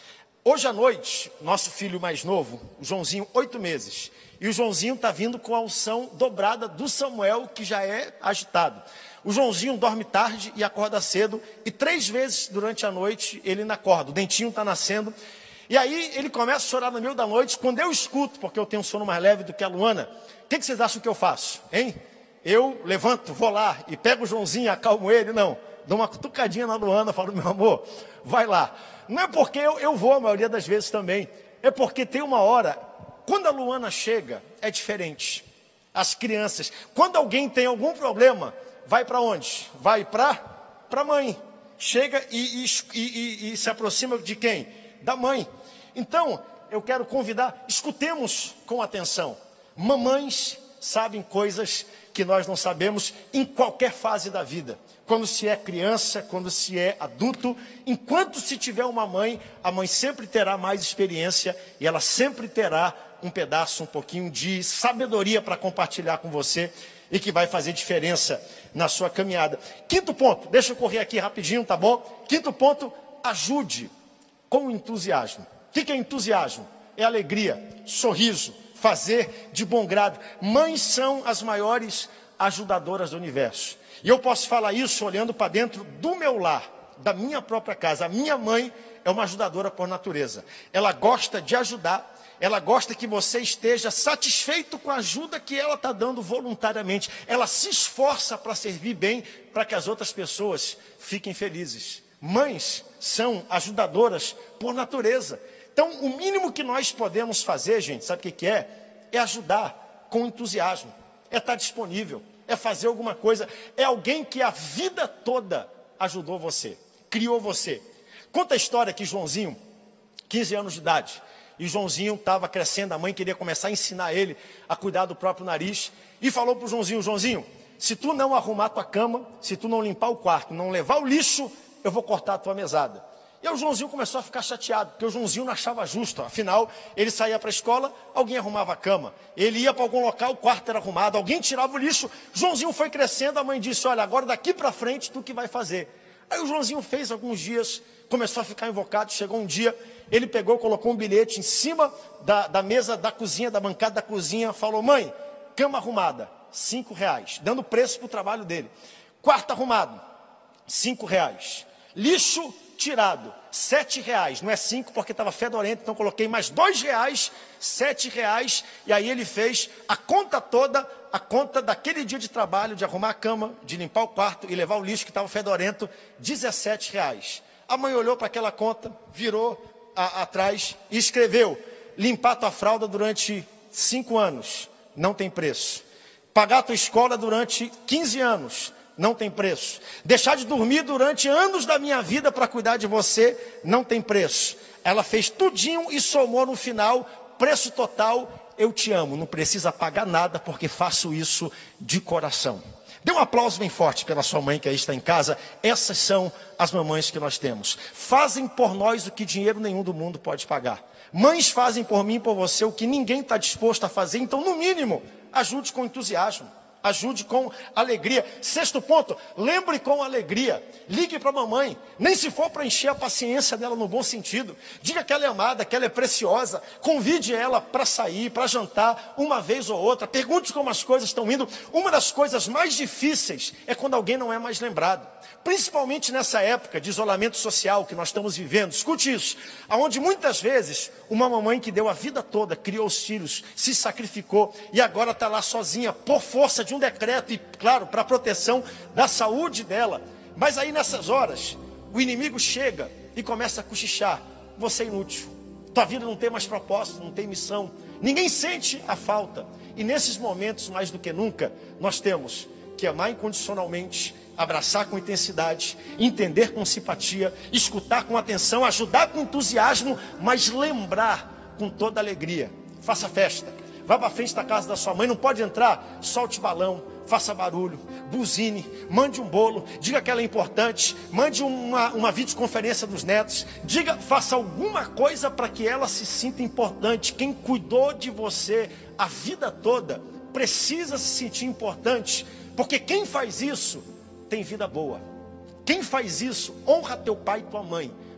Hoje à noite, nosso filho mais novo, o Joãozinho, oito meses, e o Joãozinho está vindo com a unção dobrada do Samuel, que já é agitado. O Joãozinho dorme tarde e acorda cedo, e três vezes durante a noite ele ainda acorda, o dentinho está nascendo, e aí ele começa a chorar no meio da noite. Quando eu escuto, porque eu tenho um sono mais leve do que a Luana, o que, que vocês acham que eu faço, hein? Eu levanto, vou lá e pego o Joãozinho, acalmo ele? Não, dou uma cutucadinha na Luana, falo, meu amor, vai lá. Não é porque eu, eu vou a maioria das vezes também, é porque tem uma hora, quando a Luana chega, é diferente. As crianças, quando alguém tem algum problema, vai para onde? Vai para a mãe. Chega e, e, e, e se aproxima de quem? Da mãe. Então, eu quero convidar, escutemos com atenção. Mamães sabem coisas que nós não sabemos em qualquer fase da vida. Quando se é criança, quando se é adulto, enquanto se tiver uma mãe, a mãe sempre terá mais experiência e ela sempre terá um pedaço, um pouquinho de sabedoria para compartilhar com você e que vai fazer diferença na sua caminhada. Quinto ponto, deixa eu correr aqui rapidinho, tá bom? Quinto ponto, ajude com entusiasmo. O que é entusiasmo? É alegria, sorriso, fazer de bom grado. Mães são as maiores ajudadoras do universo. E eu posso falar isso olhando para dentro do meu lar, da minha própria casa. A minha mãe é uma ajudadora por natureza. Ela gosta de ajudar, ela gosta que você esteja satisfeito com a ajuda que ela está dando voluntariamente. Ela se esforça para servir bem, para que as outras pessoas fiquem felizes. Mães são ajudadoras por natureza. Então, o mínimo que nós podemos fazer, gente, sabe o que, que é? É ajudar com entusiasmo, é estar disponível, é fazer alguma coisa, é alguém que a vida toda ajudou você, criou você. Conta a história que Joãozinho, quinze anos de idade, e Joãozinho estava crescendo, a mãe queria começar a ensinar ele a cuidar do próprio nariz, e falou para o Joãozinho, Joãozinho, se tu não arrumar a tua cama, se tu não limpar o quarto, não levar o lixo, eu vou cortar a tua mesada. E aí o Joãozinho começou a ficar chateado, porque o Joãozinho não achava justo. Afinal, ele saía para a escola, alguém arrumava a cama. Ele ia para algum local, o quarto era arrumado, alguém tirava o lixo. Joãozinho foi crescendo, a mãe disse, olha, agora daqui para frente, tu que vai fazer. Aí o Joãozinho fez alguns dias, começou a ficar invocado, chegou um dia, ele pegou, colocou um bilhete em cima da, da mesa da cozinha, da bancada da cozinha, falou, mãe, cama arrumada, cinco reais, dando preço para o trabalho dele. Quarto arrumado, cinco reais. Lixo tirado, sete reais, não é cinco porque estava fedorento, então coloquei mais dois reais, sete reais, e aí ele fez a conta toda, a conta daquele dia de trabalho, de arrumar a cama, de limpar o quarto e levar o lixo que estava fedorento, dezessete reais. A mãe olhou para aquela conta, virou a, atrás e escreveu, limpar tua fralda durante cinco anos, não tem preço. Pagar a tua escola durante quinze anos, não tem preço. Deixar de dormir durante anos da minha vida para cuidar de você, não tem preço. Ela fez tudinho e somou no final, preço total, eu te amo. Não precisa pagar nada porque faço isso de coração. Dê um aplauso bem forte pela sua mãe que aí está em casa. Essas são as mamães que nós temos. Fazem por nós o que dinheiro nenhum do mundo pode pagar. Mães fazem por mim e por você o que ninguém está disposto a fazer. Então, no mínimo, ajude com entusiasmo. Ajude com alegria. Sexto ponto, lembre com alegria. Ligue para a mamãe, nem se for para encher a paciência dela no bom sentido. Diga que ela é amada, que ela é preciosa. Convide ela para sair, para jantar, uma vez ou outra. Pergunte como as coisas estão indo. Uma das coisas mais difíceis é quando alguém não é mais lembrado. Principalmente nessa época de isolamento social que nós estamos vivendo. Escute isso, aonde muitas vezes uma mamãe que deu a vida toda, criou os filhos, se sacrificou e agora está lá sozinha por força de um decreto e, claro, para a proteção da saúde dela. Mas aí nessas horas, o inimigo chega e começa a cochichar. Você é inútil, tua vida não tem mais propósito, não tem missão. Ninguém sente a falta. E nesses momentos, mais do que nunca, nós temos que amar incondicionalmente, abraçar com intensidade, entender com simpatia, escutar com atenção, ajudar com entusiasmo, mas lembrar com toda alegria. Faça festa, vá para frente da casa da sua mãe, não pode entrar, solte balão, faça barulho, buzine, mande um bolo, diga que ela é importante, mande uma, uma videoconferência dos netos, diga, faça alguma coisa para que ela se sinta importante. Quem cuidou de você a vida toda precisa se sentir importante, porque quem faz isso tem vida boa. Quem faz isso honra teu pai e tua mãe,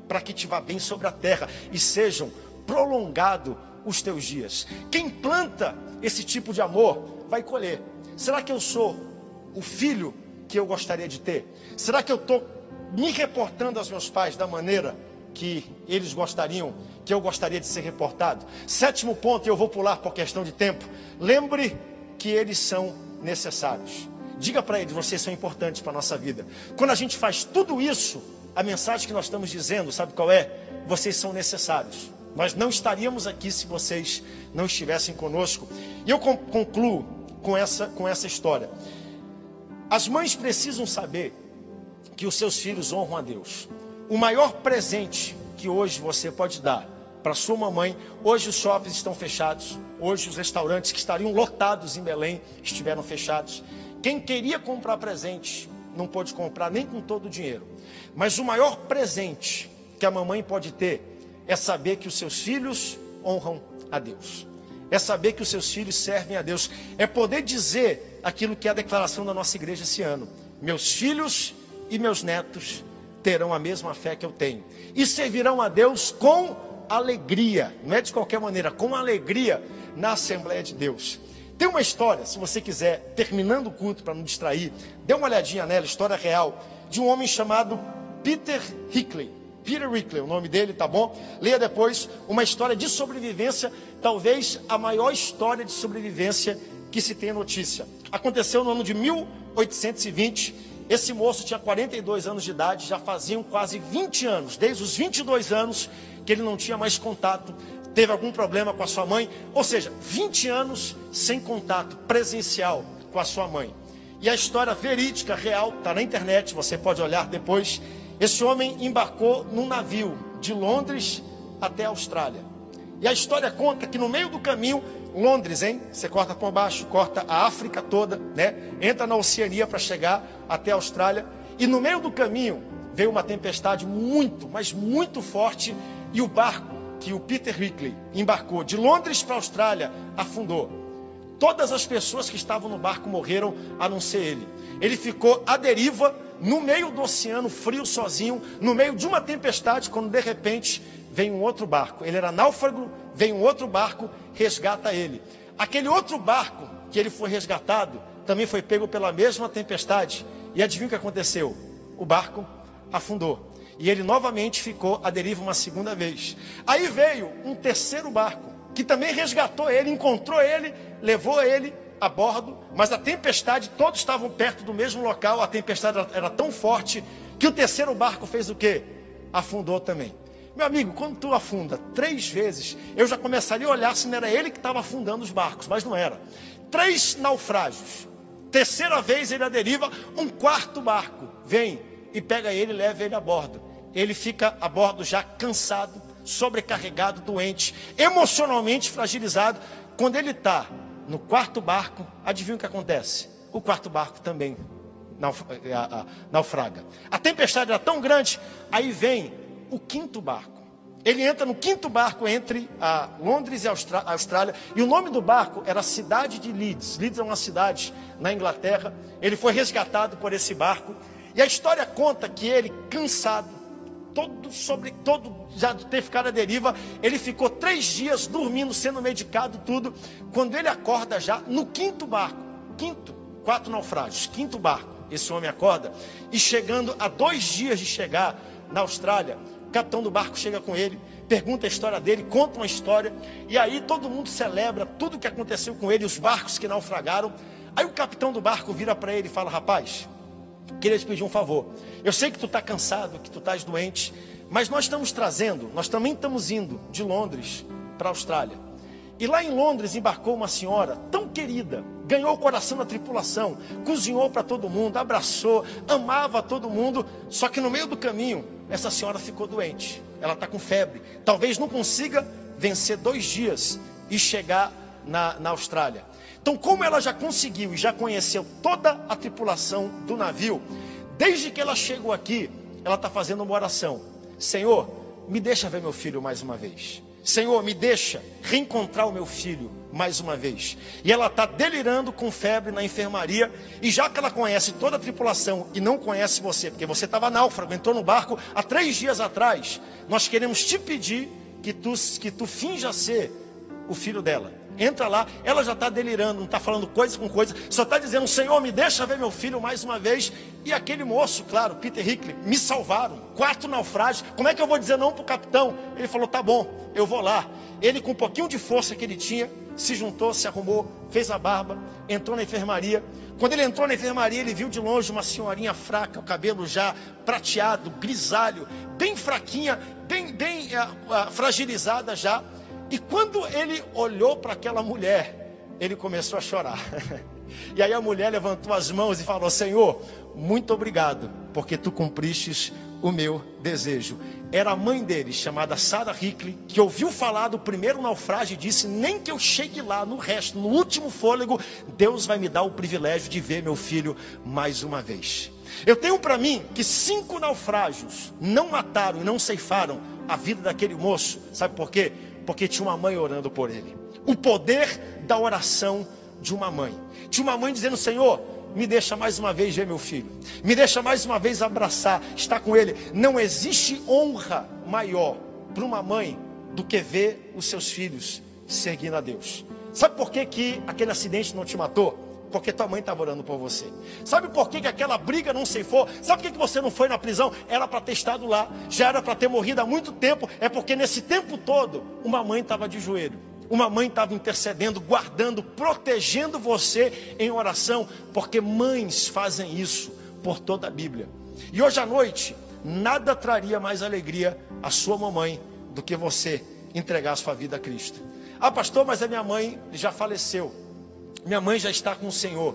para que te vá bem sobre a terra e sejam prolongados os teus dias. Quem planta esse tipo de amor vai colher. Será que eu sou o filho que eu gostaria de ter? Será que eu estou me reportando aos meus pais da maneira que eles gostariam, que eu gostaria de ser reportado? Sétimo ponto, e eu vou pular por questão de tempo. Lembre que eles são necessários. Diga para eles, vocês são importantes para a nossa vida. Quando a gente faz tudo isso, a mensagem que nós estamos dizendo, sabe qual é? Vocês são necessários. Nós não estaríamos aqui se vocês não estivessem conosco. E eu concluo com essa, com essa história. As mães precisam saber que os seus filhos honram a Deus. O maior presente que hoje você pode dar para sua mamãe, hoje os shoppings estão fechados, hoje os restaurantes que estariam lotados em Belém estiveram fechados. Quem queria comprar presente não pôde comprar nem com todo o dinheiro. Mas o maior presente que a mamãe pode ter é saber que os seus filhos honram a Deus. É saber que os seus filhos servem a Deus. É poder dizer aquilo que é a declaração da nossa igreja esse ano. Meus filhos e meus netos terão a mesma fé que eu tenho. E servirão a Deus com alegria. Não é de qualquer maneira, com alegria na Assembleia de Deus. Tem uma história, se você quiser, terminando o culto para não distrair, dê uma olhadinha nela, história real, de um homem chamado Peter Hinckley. Peter Hinckley, o nome dele, tá bom? Leia depois uma história de sobrevivência, talvez a maior história de sobrevivência que se tem notícia. Aconteceu no ano de mil oitocentos e vinte, esse moço tinha quarenta e dois anos de idade, já faziam quase vinte anos, desde os vinte e dois anos que ele não tinha mais contato, teve algum problema com a sua mãe, ou seja, vinte anos sem contato presencial com a sua mãe. E a história verídica, real, está na internet, você pode olhar depois. Esse homem embarcou num navio de Londres até a Austrália. E a história conta que no meio do caminho, Londres, hein? Você corta por baixo, corta a África toda, né? Entra na Oceania para chegar até a Austrália. E no meio do caminho veio uma tempestade muito, mas muito forte. E o barco que o Peter Hinckley embarcou de Londres para a Austrália afundou. Todas as pessoas que estavam no barco morreram, a não ser ele. Ele ficou à deriva, no meio do oceano frio, sozinho, no meio de uma tempestade, quando de repente vem um outro barco. Ele era náufrago, vem um outro barco, resgata ele. Aquele outro barco que ele foi resgatado, também foi pego pela mesma tempestade. E adivinha o que aconteceu? O barco afundou. E ele novamente ficou à deriva uma segunda vez. Aí veio um terceiro barco, que também resgatou ele, encontrou ele, levou ele a bordo. Mas a tempestade, todos estavam perto do mesmo local, a tempestade era tão forte, que o terceiro barco fez o quê? Afundou também. Meu amigo, quando tu afunda três vezes, eu já começaria a olhar se não era ele que estava afundando os barcos, mas não era. Três naufrágios. Terceira vez ele à deriva, um quarto barco vem e pega ele e leva ele a bordo. Ele fica a bordo já cansado, sobrecarregado, doente, emocionalmente fragilizado. Quando ele está no quarto barco, adivinha o que acontece? O quarto barco também naufraga. A tempestade era tão grande, aí vem o quinto barco. Ele entra no quinto barco entre a Londres e a Austrália. E o nome do barco era a cidade de Leeds. Leeds é uma cidade na Inglaterra. Ele foi resgatado por esse barco. E a história conta que ele, cansado, todo sobre todo já de ter ficado à deriva, ele ficou três dias dormindo, sendo medicado, tudo. Quando ele acorda já no quinto barco, quinto, quatro naufrágios, quinto barco, esse homem acorda. E chegando a dois dias de chegar na Austrália, o capitão do barco chega com ele, pergunta a história dele, conta uma história. E aí todo mundo celebra tudo o que aconteceu com ele, os barcos que naufragaram. Aí o capitão do barco vira para ele e fala: rapaz, queria te pedir um favor. Eu sei que tu está cansado, que tu estás doente, mas nós estamos trazendo, nós também estamos indo de Londres para a Austrália. E lá em Londres embarcou uma senhora tão querida, ganhou o coração da tripulação, cozinhou para todo mundo, abraçou, amava todo mundo. Só que no meio do caminho, essa senhora ficou doente. Ela está com febre, talvez não consiga vencer dois dias e chegar na, na Austrália. Então, como ela já conseguiu e já conheceu toda a tripulação do navio, desde que ela chegou aqui, ela está fazendo uma oração: Senhor, me deixa ver meu filho mais uma vez. Senhor, me deixa reencontrar o meu filho mais uma vez. E ela está delirando com febre na enfermaria. E já que ela conhece toda a tripulação e não conhece você, porque você estava náufrago, entrou no barco há três dias atrás, nós queremos te pedir que tu, que tu finja ser o filho dela. Entra lá, ela já está delirando, não está falando coisa com coisa, só está dizendo: Senhor, me deixa ver meu filho mais uma vez. E aquele moço, claro, Peter Hickley, me salvaram, quatro naufrágios, como é que eu vou dizer não para o capitão? Ele falou: tá bom, eu vou lá. Ele, com um pouquinho de força que ele tinha, se juntou, se arrumou, fez a barba, entrou na enfermaria. Quando ele entrou na enfermaria, ele viu de longe uma senhorinha fraca, o cabelo já prateado, grisalho, bem fraquinha, bem, bem uh, uh, fragilizada já. E quando ele olhou para aquela mulher, ele começou a chorar. E aí a mulher levantou as mãos e falou: Senhor, muito obrigado, porque tu cumpristes o meu desejo. Era a mãe dele, chamada Sarah Hickley, que ouviu falar do primeiro naufrágio e disse: nem que eu chegue lá, no resto, no último fôlego, Deus vai me dar o privilégio de ver meu filho mais uma vez. Eu tenho para mim que cinco naufrágios não mataram e não ceifaram a vida daquele moço. Sabe por quê? Porque tinha uma mãe orando por ele. O poder da oração de uma mãe. Tinha uma mãe dizendo: Senhor, me deixa mais uma vez ver meu filho. Me deixa mais uma vez abraçar, estar com ele. Não existe honra maior para uma mãe do que ver os seus filhos seguindo a Deus. Sabe por que que aquele acidente não te matou? Porque tua mãe estava orando por você. Sabe por que que aquela briga não ceifou? Sabe por que que você não foi na prisão? Era para ter estado lá. Já era para ter morrido há muito tempo. É porque nesse tempo todo, uma mãe estava de joelho. Uma mãe estava intercedendo, guardando, protegendo você em oração. Porque mães fazem isso por toda a Bíblia. E hoje à noite, nada traria mais alegria à sua mamãe do que você entregar a sua vida a Cristo. Ah, pastor, mas a minha mãe já faleceu. Minha mãe já está com o Senhor.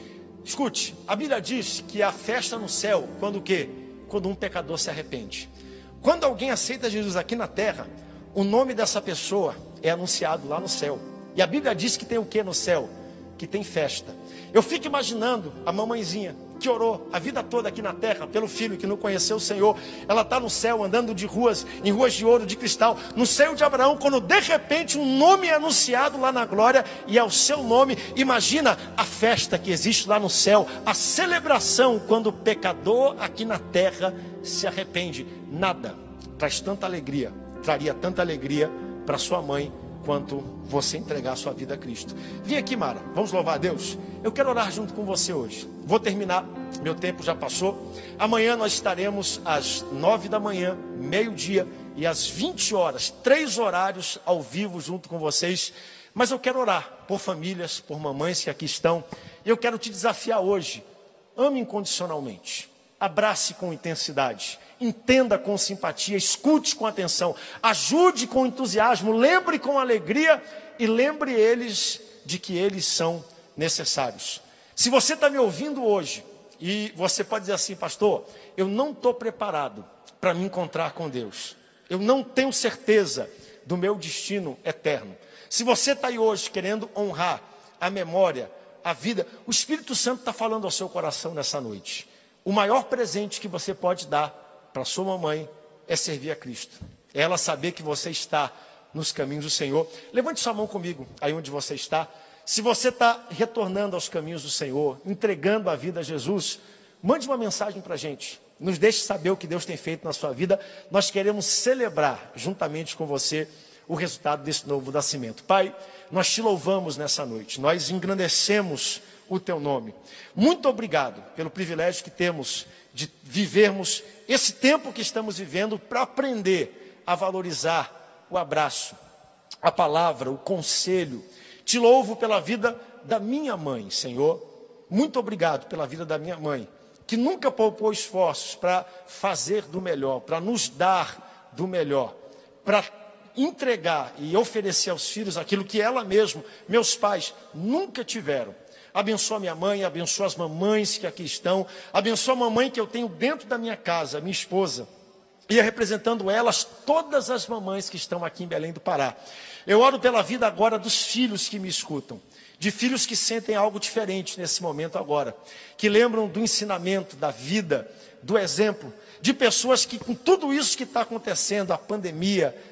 Escute, a Bíblia diz que há festa no céu quando o quê? Quando um pecador se arrepende. Quando alguém aceita Jesus aqui na terra, o nome dessa pessoa é anunciado lá no céu. E a Bíblia diz que tem o que no céu? Que tem festa. Eu fico imaginando a mamãezinha que orou a vida toda aqui na terra pelo filho que não conheceu o Senhor. Ela está no céu andando de ruas, em ruas de ouro, de cristal, no céu de Abraão, quando de repente um nome é anunciado lá na glória e é o seu nome. Imagina a festa que existe lá no céu, a celebração quando o pecador aqui na terra se arrepende. Nada traz tanta alegria, traria tanta alegria para sua mãe quanto você entregar a sua vida a Cristo. Vem aqui, Mara, vamos louvar a Deus. Eu quero orar junto com você hoje. Vou terminar, meu tempo já passou. Amanhã nós estaremos às nove da manhã, meio-dia e às vinte horas, três horários ao vivo junto com vocês. Mas eu quero orar por famílias, por mamães que aqui estão. E eu quero te desafiar hoje. Ame incondicionalmente. Abrace com intensidade. Entenda com simpatia, escute com atenção, ajude com entusiasmo, lembre com alegria e lembre eles de que eles são necessários. Se você está me ouvindo hoje e você pode dizer assim: pastor, eu não estou preparado para me encontrar com Deus, eu não tenho certeza do meu destino eterno. Se você está aí hoje querendo honrar a memória, a vida, o Espírito Santo está falando ao seu coração nessa noite. O maior presente que você pode dar para sua mamãe é servir a Cristo. É ela saber que você está nos caminhos do Senhor. Levante sua mão comigo, aí onde você está. Se você está retornando aos caminhos do Senhor, entregando a vida a Jesus, mande uma mensagem para a gente. Nos deixe saber o que Deus tem feito na sua vida. Nós queremos celebrar, juntamente com você, o resultado desse novo nascimento. Pai, nós te louvamos nessa noite. Nós engrandecemos o teu nome. Muito obrigado pelo privilégio que temos de vivermos esse tempo que estamos vivendo para aprender a valorizar o abraço, a palavra, o conselho. Te louvo pela vida da minha mãe, Senhor. Muito obrigado pela vida da minha mãe, que nunca poupou esforços para fazer do melhor, para nos dar do melhor, para entregar e oferecer aos filhos aquilo que ela mesma, meus pais, nunca tiveram. Abençoa minha mãe, abençoa as mamães que aqui estão, abençoa a mamãe que eu tenho dentro da minha casa, minha esposa, e representando elas, todas as mamães que estão aqui em Belém do Pará. Eu oro pela vida agora dos filhos que me escutam, de filhos que sentem algo diferente nesse momento agora, que lembram do ensinamento, da vida, do exemplo, de pessoas que com tudo isso que está acontecendo, a pandemia,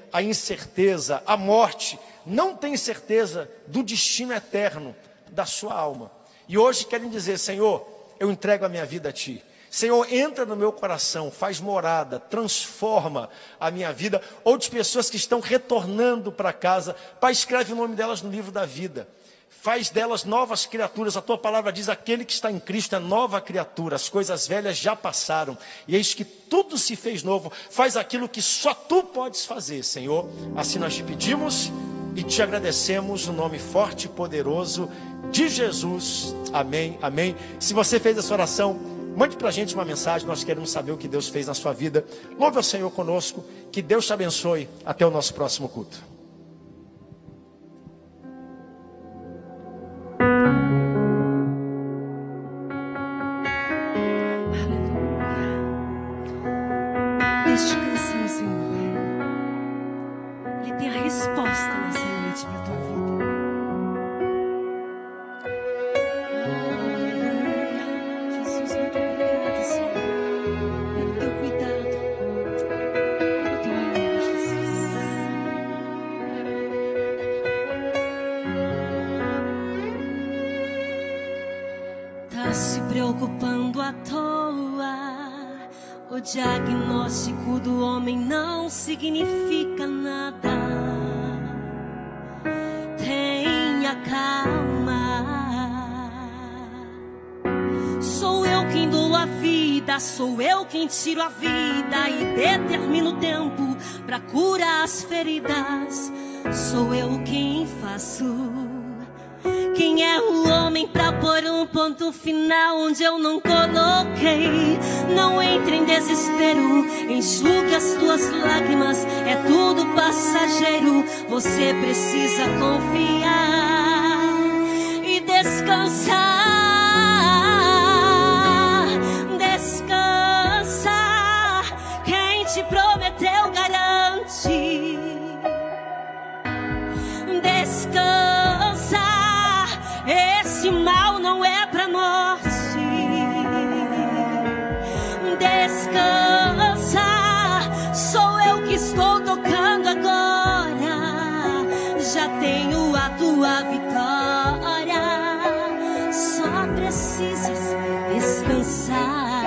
a incerteza, a morte, não tem certeza do destino eterno da sua alma. E hoje querem dizer: Senhor, eu entrego a minha vida a Ti. Senhor, entra no meu coração, faz morada, transforma a minha vida. Ou de pessoas que estão retornando para casa, Pai, escreve o nome delas no livro da vida. Faz delas novas criaturas. A Tua palavra diz: aquele que está em Cristo é nova criatura. As coisas velhas já passaram, e eis que tudo se fez novo. Faz aquilo que só Tu podes fazer, Senhor. Assim nós Te pedimos e Te agradecemos no nome forte e poderoso de Jesus. Amém, amém. Se você fez essa oração, mande para a gente uma mensagem. Nós queremos saber o que Deus fez na sua vida. Louve ao Senhor conosco. Que Deus te abençoe. Até o nosso próximo culto. Descansa no Senhor. Ele tem a resposta nessa noite para a tua vida. Aleluia. Jesus, muito obrigada, Senhor, pelo teu cuidado, pelo teu amor, Jesus. Tá se preocupando à toa. O diagnóstico do homem não significa nada. Tenha calma. Sou eu quem dou a vida, sou eu quem tiro a vida e determino o tempo para curar as feridas. Sou eu quem faço. Quem é o homem pra pôr um ponto final onde eu não coloquei? Não entre em desespero, enxugue as tuas lágrimas, é tudo passageiro. Você precisa confiar e descansar. Descansa, quem te prometeu garante. Descansa, esse mal não é pra morte. Descansa, sou eu que estou tocando agora. Já tenho a tua vitória. Só precisas descansar.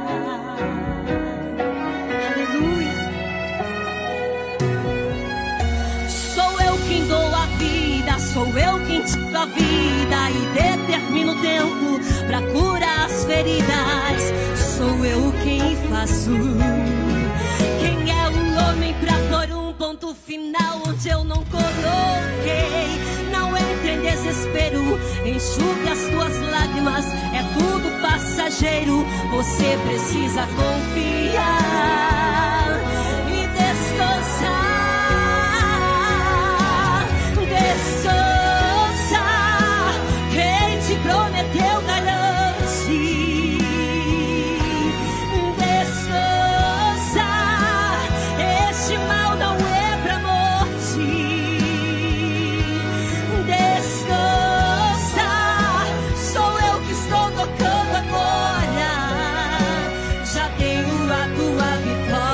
Aleluia. Sou eu quem dou a vida, sou eu quem tiro a vida e determino o tempo pra curar as feridas. Sou eu quem faço. Quem é o homem pra pôr um ponto final onde eu não coloquei? Não entre em desespero, enxugue as tuas lágrimas, é tudo passageiro. Você precisa confiar e descansar. Descansa, quem te prometeu garante. Descansa, este mal não é pra morte. Descansa, sou eu que estou tocando agora. Já tenho a tua vitória.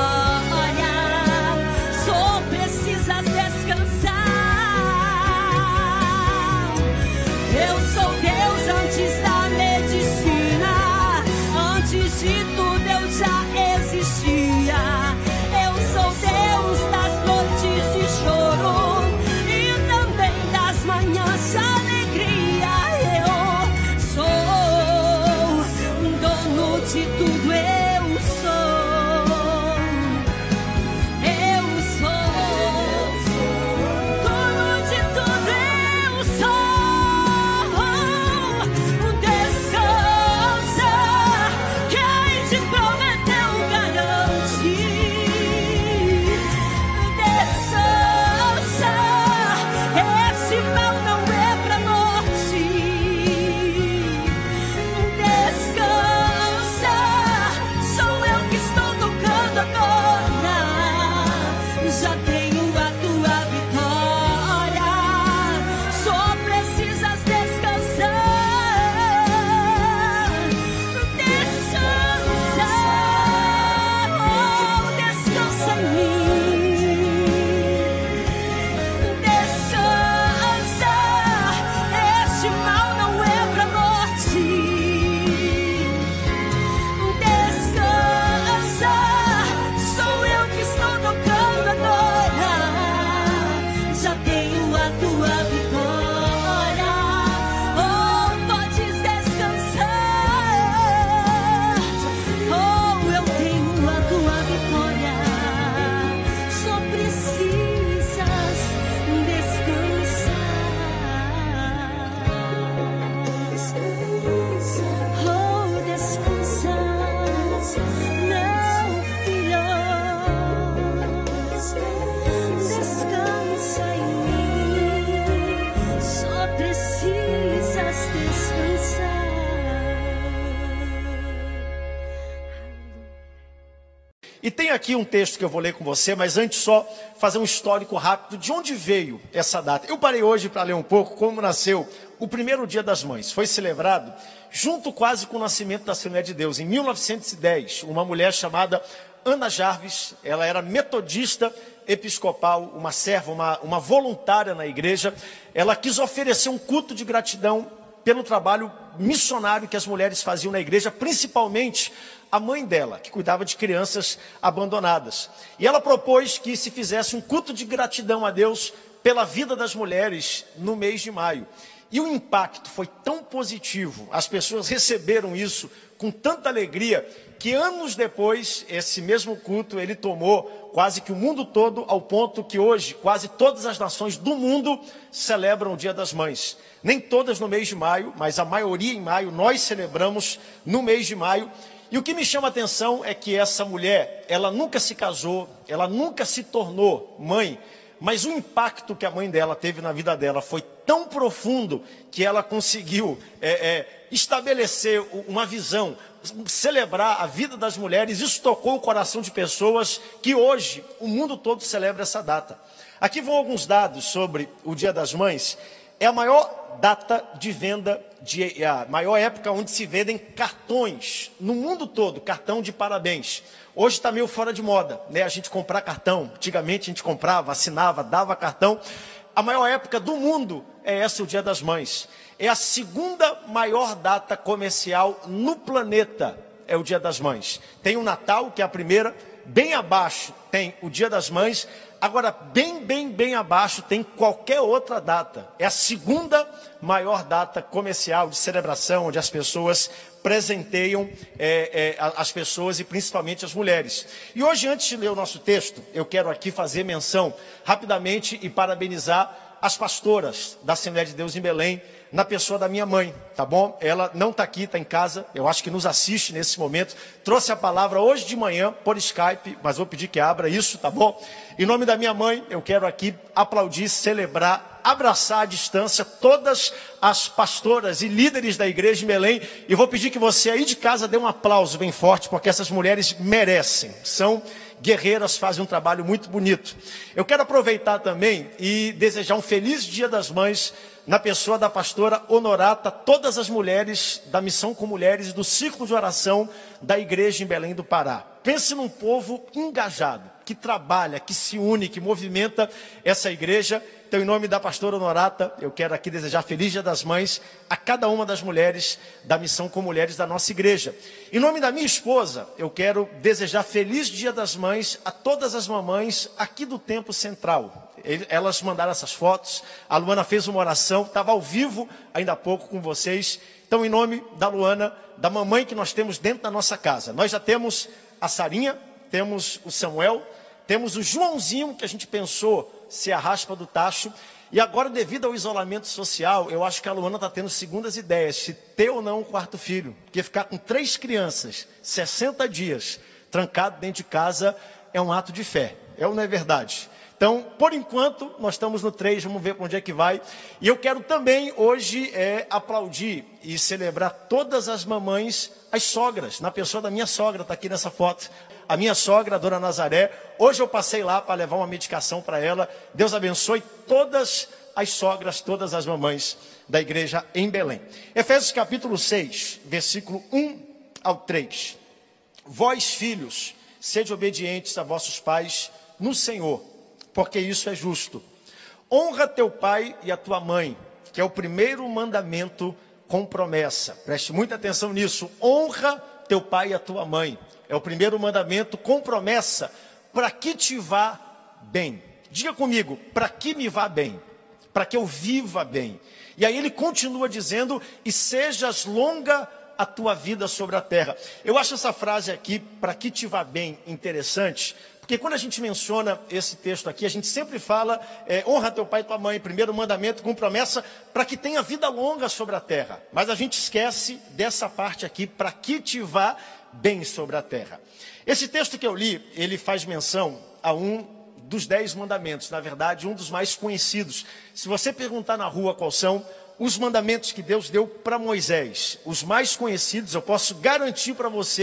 E tem aqui um texto que eu vou ler com você, mas antes só fazer um histórico rápido de onde veio essa data. Eu parei hoje para ler um pouco como nasceu o primeiro Dia das Mães. Foi celebrado junto quase com o nascimento da Assembleia de Deus. Em mil novecentos e dez, uma mulher chamada Ana Jarvis, ela era metodista episcopal, uma serva, uma, uma voluntária na igreja. Ela quis oferecer um culto de gratidão pelo trabalho missionário que as mulheres faziam na igreja, principalmente a mãe dela, que cuidava de crianças abandonadas. E ela propôs que se fizesse um culto de gratidão a Deus pela vida das mulheres no mês de maio. E o impacto foi tão positivo, as pessoas receberam isso com tanta alegria, que anos depois, esse mesmo culto, ele tomou quase que o mundo todo, ao ponto que hoje, quase todas as nações do mundo celebram o Dia das Mães. Nem todas no mês de maio, mas a maioria em maio, nós celebramos no mês de maio. E o que me chama a atenção é que essa mulher, ela nunca se casou, ela nunca se tornou mãe, mas o impacto que a mãe dela teve na vida dela foi tão profundo que ela conseguiu é, é, estabelecer uma visão, celebrar a vida das mulheres. Isso tocou o coração de pessoas que hoje o mundo todo celebra essa data. Aqui vão alguns dados sobre o Dia das Mães. É a maior data de venda, de, a maior época onde se vendem cartões no mundo todo, cartão de parabéns. Hoje está meio fora de moda, né? A gente comprar cartão. Antigamente a gente comprava, assinava, dava cartão. A maior época do mundo é essa, o Dia das Mães. É a segunda maior data comercial no planeta, é o Dia das Mães. Tem o Natal, que é a primeira, bem abaixo tem o Dia das Mães. Agora, bem, bem, bem abaixo tem qualquer outra data. É a segunda maior data comercial de celebração, onde as pessoas presenteiam é, é, as pessoas e principalmente as mulheres. E hoje, antes de ler o nosso texto, eu quero aqui fazer menção rapidamente e parabenizar as pastoras da Assembleia de Deus em Belém, na pessoa da minha mãe, tá bom? Ela não está aqui, está em casa, eu acho que nos assiste nesse momento. Trouxe a palavra hoje de manhã por Skype, mas vou pedir que abra isso, tá bom? Em nome da minha mãe, eu quero aqui aplaudir, celebrar, abraçar à distância todas as pastoras e líderes da igreja em Belém. E vou pedir que você aí de casa dê um aplauso bem forte, porque essas mulheres merecem, são guerreiras, fazem um trabalho muito bonito. Eu quero aproveitar também e desejar um feliz Dia das Mães na pessoa da pastora Honorata, todas as mulheres da Missão com Mulheres do Círculo de Oração da igreja em Belém do Pará. Pense num povo engajado, que trabalha, que se une, que movimenta essa igreja. Então, em nome da pastora Honorata, eu quero aqui desejar feliz Dia das Mães a cada uma das mulheres da Missão com Mulheres da nossa igreja. Em nome da minha esposa, eu quero desejar feliz Dia das Mães a todas as mamães aqui do Templo Central. Elas mandaram essas fotos, a Luana fez uma oração, estava ao vivo ainda há pouco com vocês. Então, em nome da Luana, da mamãe que nós temos dentro da nossa casa, nós já temos a Sarinha, temos o Samuel, temos o Joãozinho, que a gente pensou ser a raspa do tacho. E agora, devido ao isolamento social, eu acho que a Luana está tendo segundas ideias, se ter ou não um quarto filho. Porque ficar com três crianças, sessenta dias, trancado dentro de casa, é um ato de fé. É ou não é verdade? Então, por enquanto, nós estamos no três, vamos ver para onde é que vai. E eu quero também, hoje, é, aplaudir e celebrar todas as mamães, as sogras, na pessoa da minha sogra, está aqui nessa foto. A minha sogra, a dona Nazaré, hoje eu passei lá para levar uma medicação para ela. Deus abençoe todas as sogras, todas as mamães da igreja em Belém. Efésios capítulo seis, versículo um ao três. Vós, filhos, sede obedientes a vossos pais no Senhor, porque isso é justo. Honra teu pai e a tua mãe, que é o primeiro mandamento com promessa. Preste muita atenção nisso. Honra teu pai e a tua mãe. É o primeiro mandamento com promessa, para que te vá bem. Diga comigo, para que me vá bem, para que eu viva bem. E aí ele continua dizendo, e sejas longa a tua vida sobre a terra. Eu acho essa frase aqui, para que te vá bem, interessante, porque quando a gente menciona esse texto aqui, a gente sempre fala, é, honra teu pai e tua mãe, primeiro mandamento com promessa, para que tenha vida longa sobre a terra. Mas a gente esquece dessa parte aqui, para que te vá bem sobre a terra. Esse texto que eu li, ele faz menção a um dos dez mandamentos, na verdade, um dos mais conhecidos. Se você perguntar na rua quais são os mandamentos que Deus deu para Moisés, os mais conhecidos, eu posso garantir para você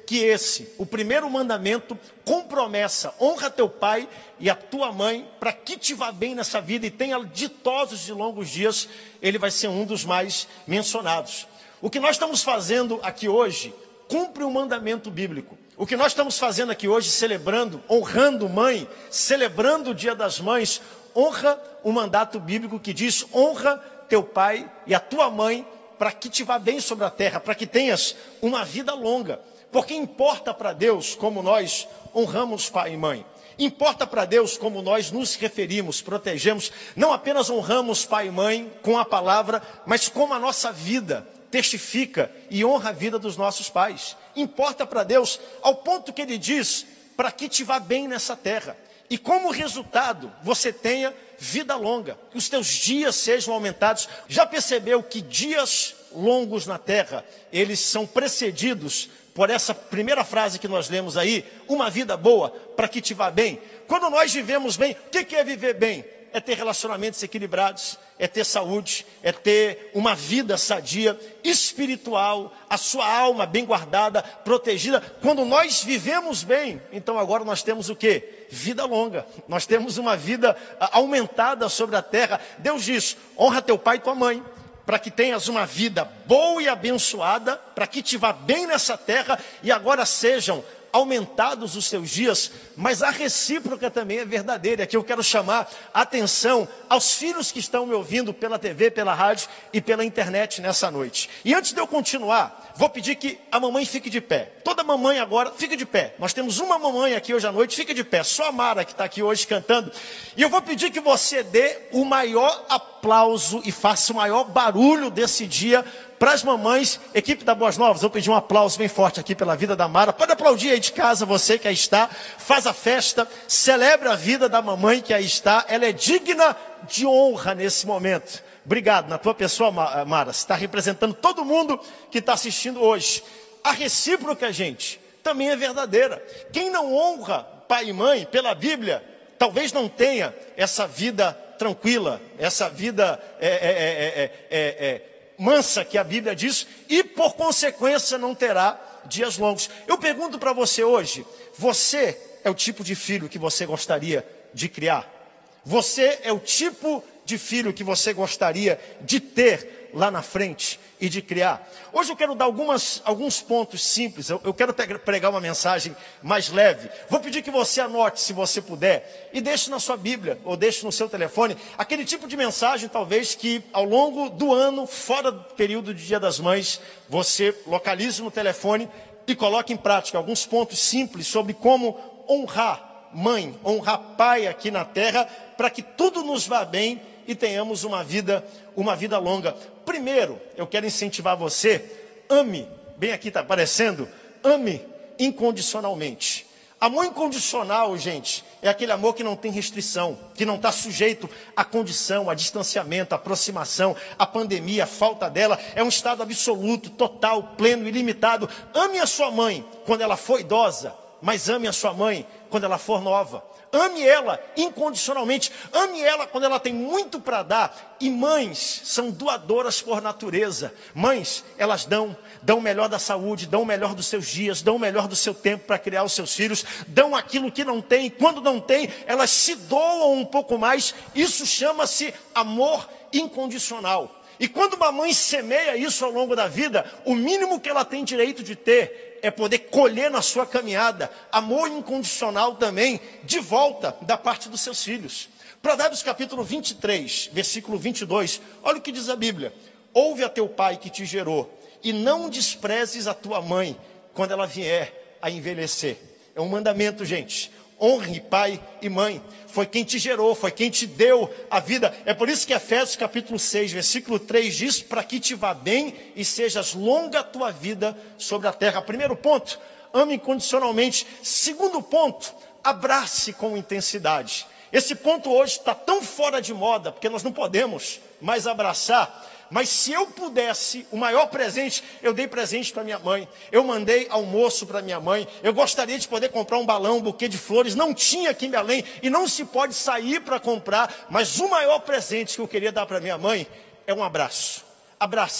que esse, o primeiro mandamento, com promessa, honra teu pai e a tua mãe, para que te vá bem nessa vida e tenha ditosos de longos dias, ele vai ser um dos mais mencionados. O que nós estamos fazendo aqui hoje, cumpre um mandamento bíblico. O que nós estamos fazendo aqui hoje, celebrando, honrando mãe, celebrando o Dia das Mães, honra o mandato bíblico que diz, honra teu pai e a tua mãe, para que te vá bem sobre a terra, para que tenhas uma vida longa. Porque importa para Deus como nós honramos pai e mãe. Importa para Deus como nós nos referimos, protegemos. Não apenas honramos pai e mãe com a palavra, mas como a nossa vida testifica e honra a vida dos nossos pais. Importa para Deus ao ponto que Ele diz, para que te vá bem nessa terra. E como resultado, você tenha vida longa, que os teus dias sejam aumentados. Já percebeu que dias longos na terra, eles são precedidos por essa primeira frase que nós lemos aí, uma vida boa, para que te vá bem? Quando nós vivemos bem, o que é viver bem? É ter relacionamentos equilibrados, é ter saúde, é ter uma vida sadia, espiritual, a sua alma bem guardada, protegida. Quando nós vivemos bem, então agora nós temos o quê? Vida longa. Nós temos uma vida aumentada sobre a terra. Deus diz, honra teu pai e tua mãe, para que tenhas uma vida boa e abençoada, para que te vá bem nessa terra e agora sejam aumentados os seus dias, mas a recíproca também é verdadeira. Aqui eu quero chamar a atenção aos filhos que estão me ouvindo pela T V, pela rádio e pela internet nessa noite. E antes de eu continuar, vou pedir que a mamãe fique de pé. Toda mamãe agora, fique de pé. Nós temos uma mamãe aqui hoje à noite, fique de pé. Só a Mara que está aqui hoje cantando. E eu vou pedir que você dê o maior aplauso e faça o maior barulho desse dia para as mamães. Equipe da Boas Novas, eu pedi um aplauso bem forte aqui pela vida da Mara. Pode aplaudir aí de casa, você que aí está. Faz a festa, celebre a vida da mamãe que aí está. Ela é digna de honra nesse momento. Obrigado, na tua pessoa, Mara. Você está representando todo mundo que está assistindo hoje. A recíproca, gente, também é verdadeira. Quem não honra pai e mãe, pela Bíblia, talvez não tenha essa vida tranquila, essa vida é, é, é, é, é, é, mansa que a Bíblia diz, e por consequência não terá dias longos. Eu pergunto para você hoje, você é o tipo de filho que você gostaria de criar? Você é o tipo de filho que você gostaria de ter lá na frente e de criar? Hoje eu quero dar algumas, alguns pontos simples. Eu, eu quero pregar uma mensagem mais leve. Vou pedir que você anote, se você puder, e deixe na sua Bíblia, ou deixe no seu telefone, aquele tipo de mensagem, talvez, que ao longo do ano, fora do período de Dia das Mães, você localize no telefone e coloque em prática alguns pontos simples sobre como honrar mãe, honrar pai aqui na terra, para que tudo nos vá bem e tenhamos uma vida, uma vida longa. Primeiro, eu quero incentivar você, ame, bem aqui está aparecendo, ame incondicionalmente. Amor incondicional, gente, é aquele amor que não tem restrição, que não está sujeito à condição, a distanciamento, à aproximação, à pandemia, a falta dela. É um estado absoluto, total, pleno, ilimitado. Ame a sua mãe quando ela for idosa, mas ame a sua mãe quando ela for nova. Ame ela incondicionalmente. Ame ela quando ela tem muito para dar. E mães são doadoras por natureza. Mães, elas dão, dão o melhor da saúde, dão o melhor dos seus dias, dão o melhor do seu tempo para criar os seus filhos, dão aquilo que não tem. Quando não tem, elas se doam um pouco mais. Isso chama-se amor incondicional. E quando uma mãe semeia isso ao longo da vida, o mínimo que ela tem direito de ter é poder colher na sua caminhada amor incondicional também, de volta da parte dos seus filhos. Provérbios capítulo vinte e três, versículo vinte e dois, olha o que diz a Bíblia. Ouve a teu pai que te gerou, e não desprezes a tua mãe quando ela vier a envelhecer. É um mandamento, gente. Honre pai e mãe. Foi quem te gerou, foi quem te deu a vida. É por isso que Efésios capítulo seis, versículo três diz, para que te vá bem e sejas longa a tua vida sobre a terra. Primeiro ponto, ame incondicionalmente. Segundo ponto, abrace com intensidade. Esse ponto hoje está tão fora de moda, porque nós não podemos mais abraçar. Mas se eu pudesse, o maior presente, eu dei presente para minha mãe. Eu mandei almoço para minha mãe. Eu gostaria de poder comprar um balão, um buquê de flores. Não tinha aqui em Belém e não se pode sair para comprar. Mas o maior presente que eu queria dar para minha mãe é um abraço. Abrace.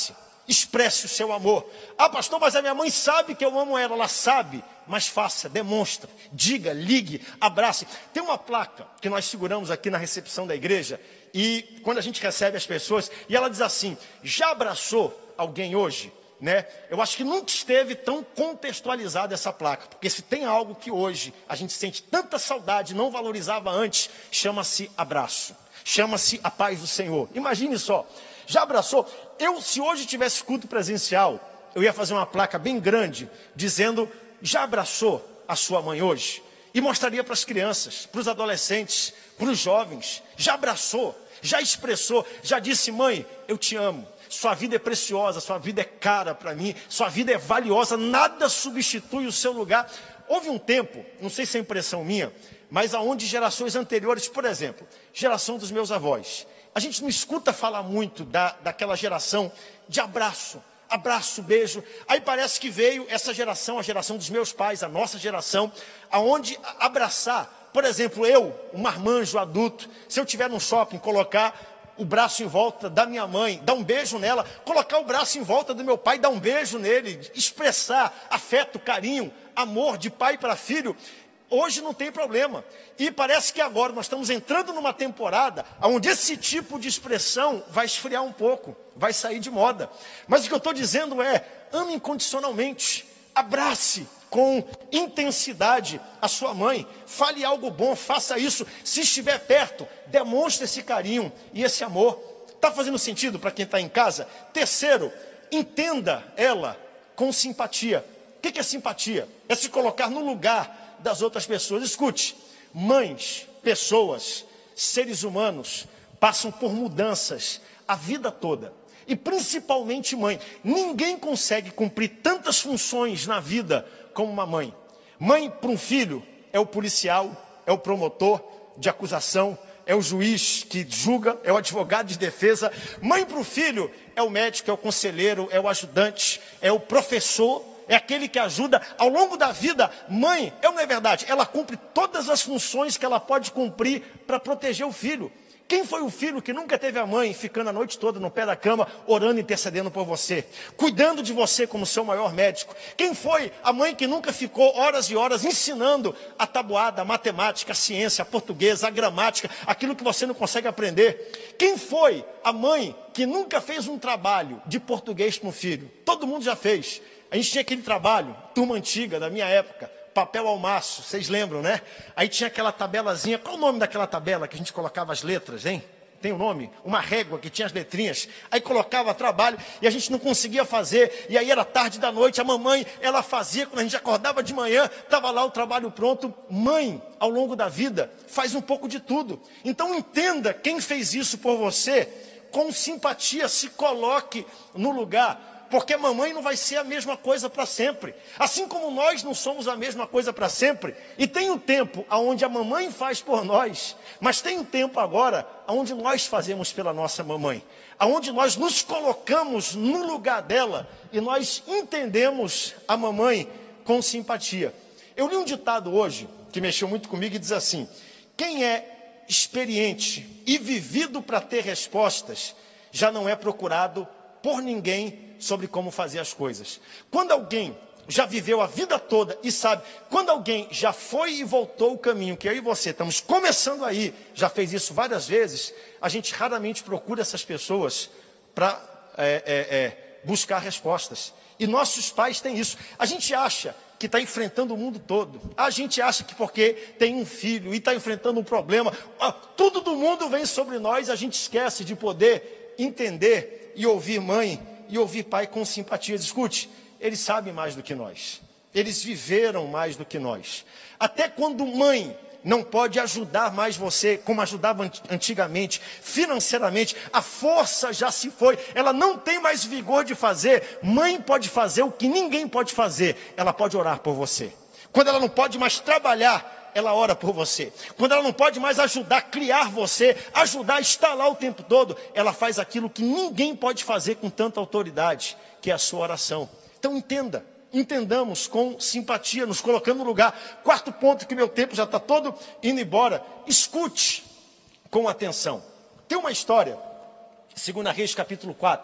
Expresse o seu amor. Ah, pastor, mas a minha mãe sabe que eu amo ela. Ela sabe, mas faça, demonstra, diga, ligue, abrace. Tem uma placa que nós seguramos aqui na recepção da igreja, e quando a gente recebe as pessoas, e ela diz assim: já abraçou alguém hoje? Né? Eu acho que nunca esteve tão contextualizada essa placa, porque se tem algo que hoje a gente sente tanta saudade, não valorizava antes, chama-se abraço, chama-se a paz do Senhor. Imagine só, já abraçou? Eu, se hoje tivesse culto presencial, eu ia fazer uma placa bem grande, dizendo: já abraçou a sua mãe hoje? E mostraria para as crianças, para os adolescentes, para os jovens: já abraçou, já expressou, já disse: mãe, eu te amo. Sua vida é preciosa, sua vida é cara para mim, sua vida é valiosa, nada substitui o seu lugar. Houve um tempo, não sei se é impressão minha, mas aonde gerações anteriores, por exemplo, geração dos meus avós, a gente não escuta falar muito da, daquela geração de abraço, abraço, beijo. Aí parece que veio essa geração, a geração dos meus pais, a nossa geração, aonde abraçar, por exemplo, eu, um marmanjo adulto, se eu estiver num shopping, colocar o braço em volta da minha mãe, dar um beijo nela, colocar o braço em volta do meu pai, dar um beijo nele, expressar afeto, carinho, amor de pai para filho, hoje não tem problema. E parece que agora nós estamos entrando numa temporada onde esse tipo de expressão vai esfriar um pouco, vai sair de moda. Mas o que eu estou dizendo é: ame incondicionalmente, abrace com intensidade a sua mãe, fale algo bom, faça isso. Se estiver perto, demonstre esse carinho e esse amor. Está fazendo sentido para quem está em casa? Terceiro, entenda ela com simpatia. O que é simpatia? É se colocar no lugar das outras pessoas. Escute, mães, pessoas, seres humanos passam por mudanças a vida toda. E principalmente mãe. Ninguém consegue cumprir tantas funções na vida como uma mãe. Mãe para um filho é o policial, é o promotor de acusação, é o juiz que julga, é o advogado de defesa. Mãe para o filho é o médico, é o conselheiro, é o ajudante, é o professor, é aquele que ajuda ao longo da vida. Mãe, é ou não é verdade? Ela cumpre todas as funções que ela pode cumprir para proteger o filho. Quem foi o filho que nunca teve a mãe ficando a noite toda no pé da cama, orando e intercedendo por você, cuidando de você como seu maior médico? Quem foi a mãe que nunca ficou horas e horas ensinando a tabuada, a matemática, a ciência, a portuguesa, a gramática, aquilo que você não consegue aprender? Quem foi a mãe que nunca fez um trabalho de português para um filho? Todo mundo já fez. A gente tinha aquele trabalho, turma antiga da minha época, papel ao maço, vocês lembram, né? Aí tinha aquela tabelazinha. Qual o nome daquela tabela que a gente colocava as letras, hein? Tem o um nome? Uma régua que tinha as letrinhas. Aí colocava trabalho e a gente não conseguia fazer. E aí era tarde da noite, a mamãe, ela fazia. Quando a gente acordava de manhã, estava lá o trabalho pronto. Mãe, ao longo da vida, faz um pouco de tudo. Então entenda quem fez isso por você, com simpatia, se coloque no lugar. Porque a mamãe não vai ser a mesma coisa para sempre. Assim como nós não somos a mesma coisa para sempre. E tem um tempo onde a mamãe faz por nós. Mas tem um tempo agora onde nós fazemos pela nossa mamãe. Onde nós nos colocamos no lugar dela. E nós entendemos a mamãe com simpatia. Eu li um ditado hoje, que mexeu muito comigo, e diz assim: quem é experiente e vivido para ter respostas, já não é procurado por ninguém sobre como fazer as coisas. Quando alguém já viveu a vida toda e sabe, quando alguém já foi e voltou o caminho que eu e você estamos começando aí, já fez isso várias vezes, a gente raramente procura essas pessoas para é, é, é, buscar respostas. E nossos pais têm isso. A gente acha que está enfrentando o mundo todo. A gente acha que porque tem um filho e está enfrentando um problema, tudo do mundo vem sobre nós, a gente esquece de poder entender e ouvir mãe e ouvir pai com simpatia. Escute, eles sabem mais do que nós. Eles viveram mais do que nós. Até quando mãe não pode ajudar mais você como ajudava antigamente, financeiramente, a força já se foi, ela não tem mais vigor de fazer. Mãe pode fazer o que ninguém pode fazer, ela pode orar por você. Quando ela não pode mais trabalhar, ela ora por você. Quando ela não pode mais ajudar a criar você, ajudar a estar lá o tempo todo, ela faz aquilo que ninguém pode fazer com tanta autoridade, que é a sua oração. Então entenda, entendamos com simpatia, nos colocando no lugar. Quarto ponto, que meu tempo já está todo indo embora. Escute com atenção. Tem uma história, Segunda Reis capítulo quatro,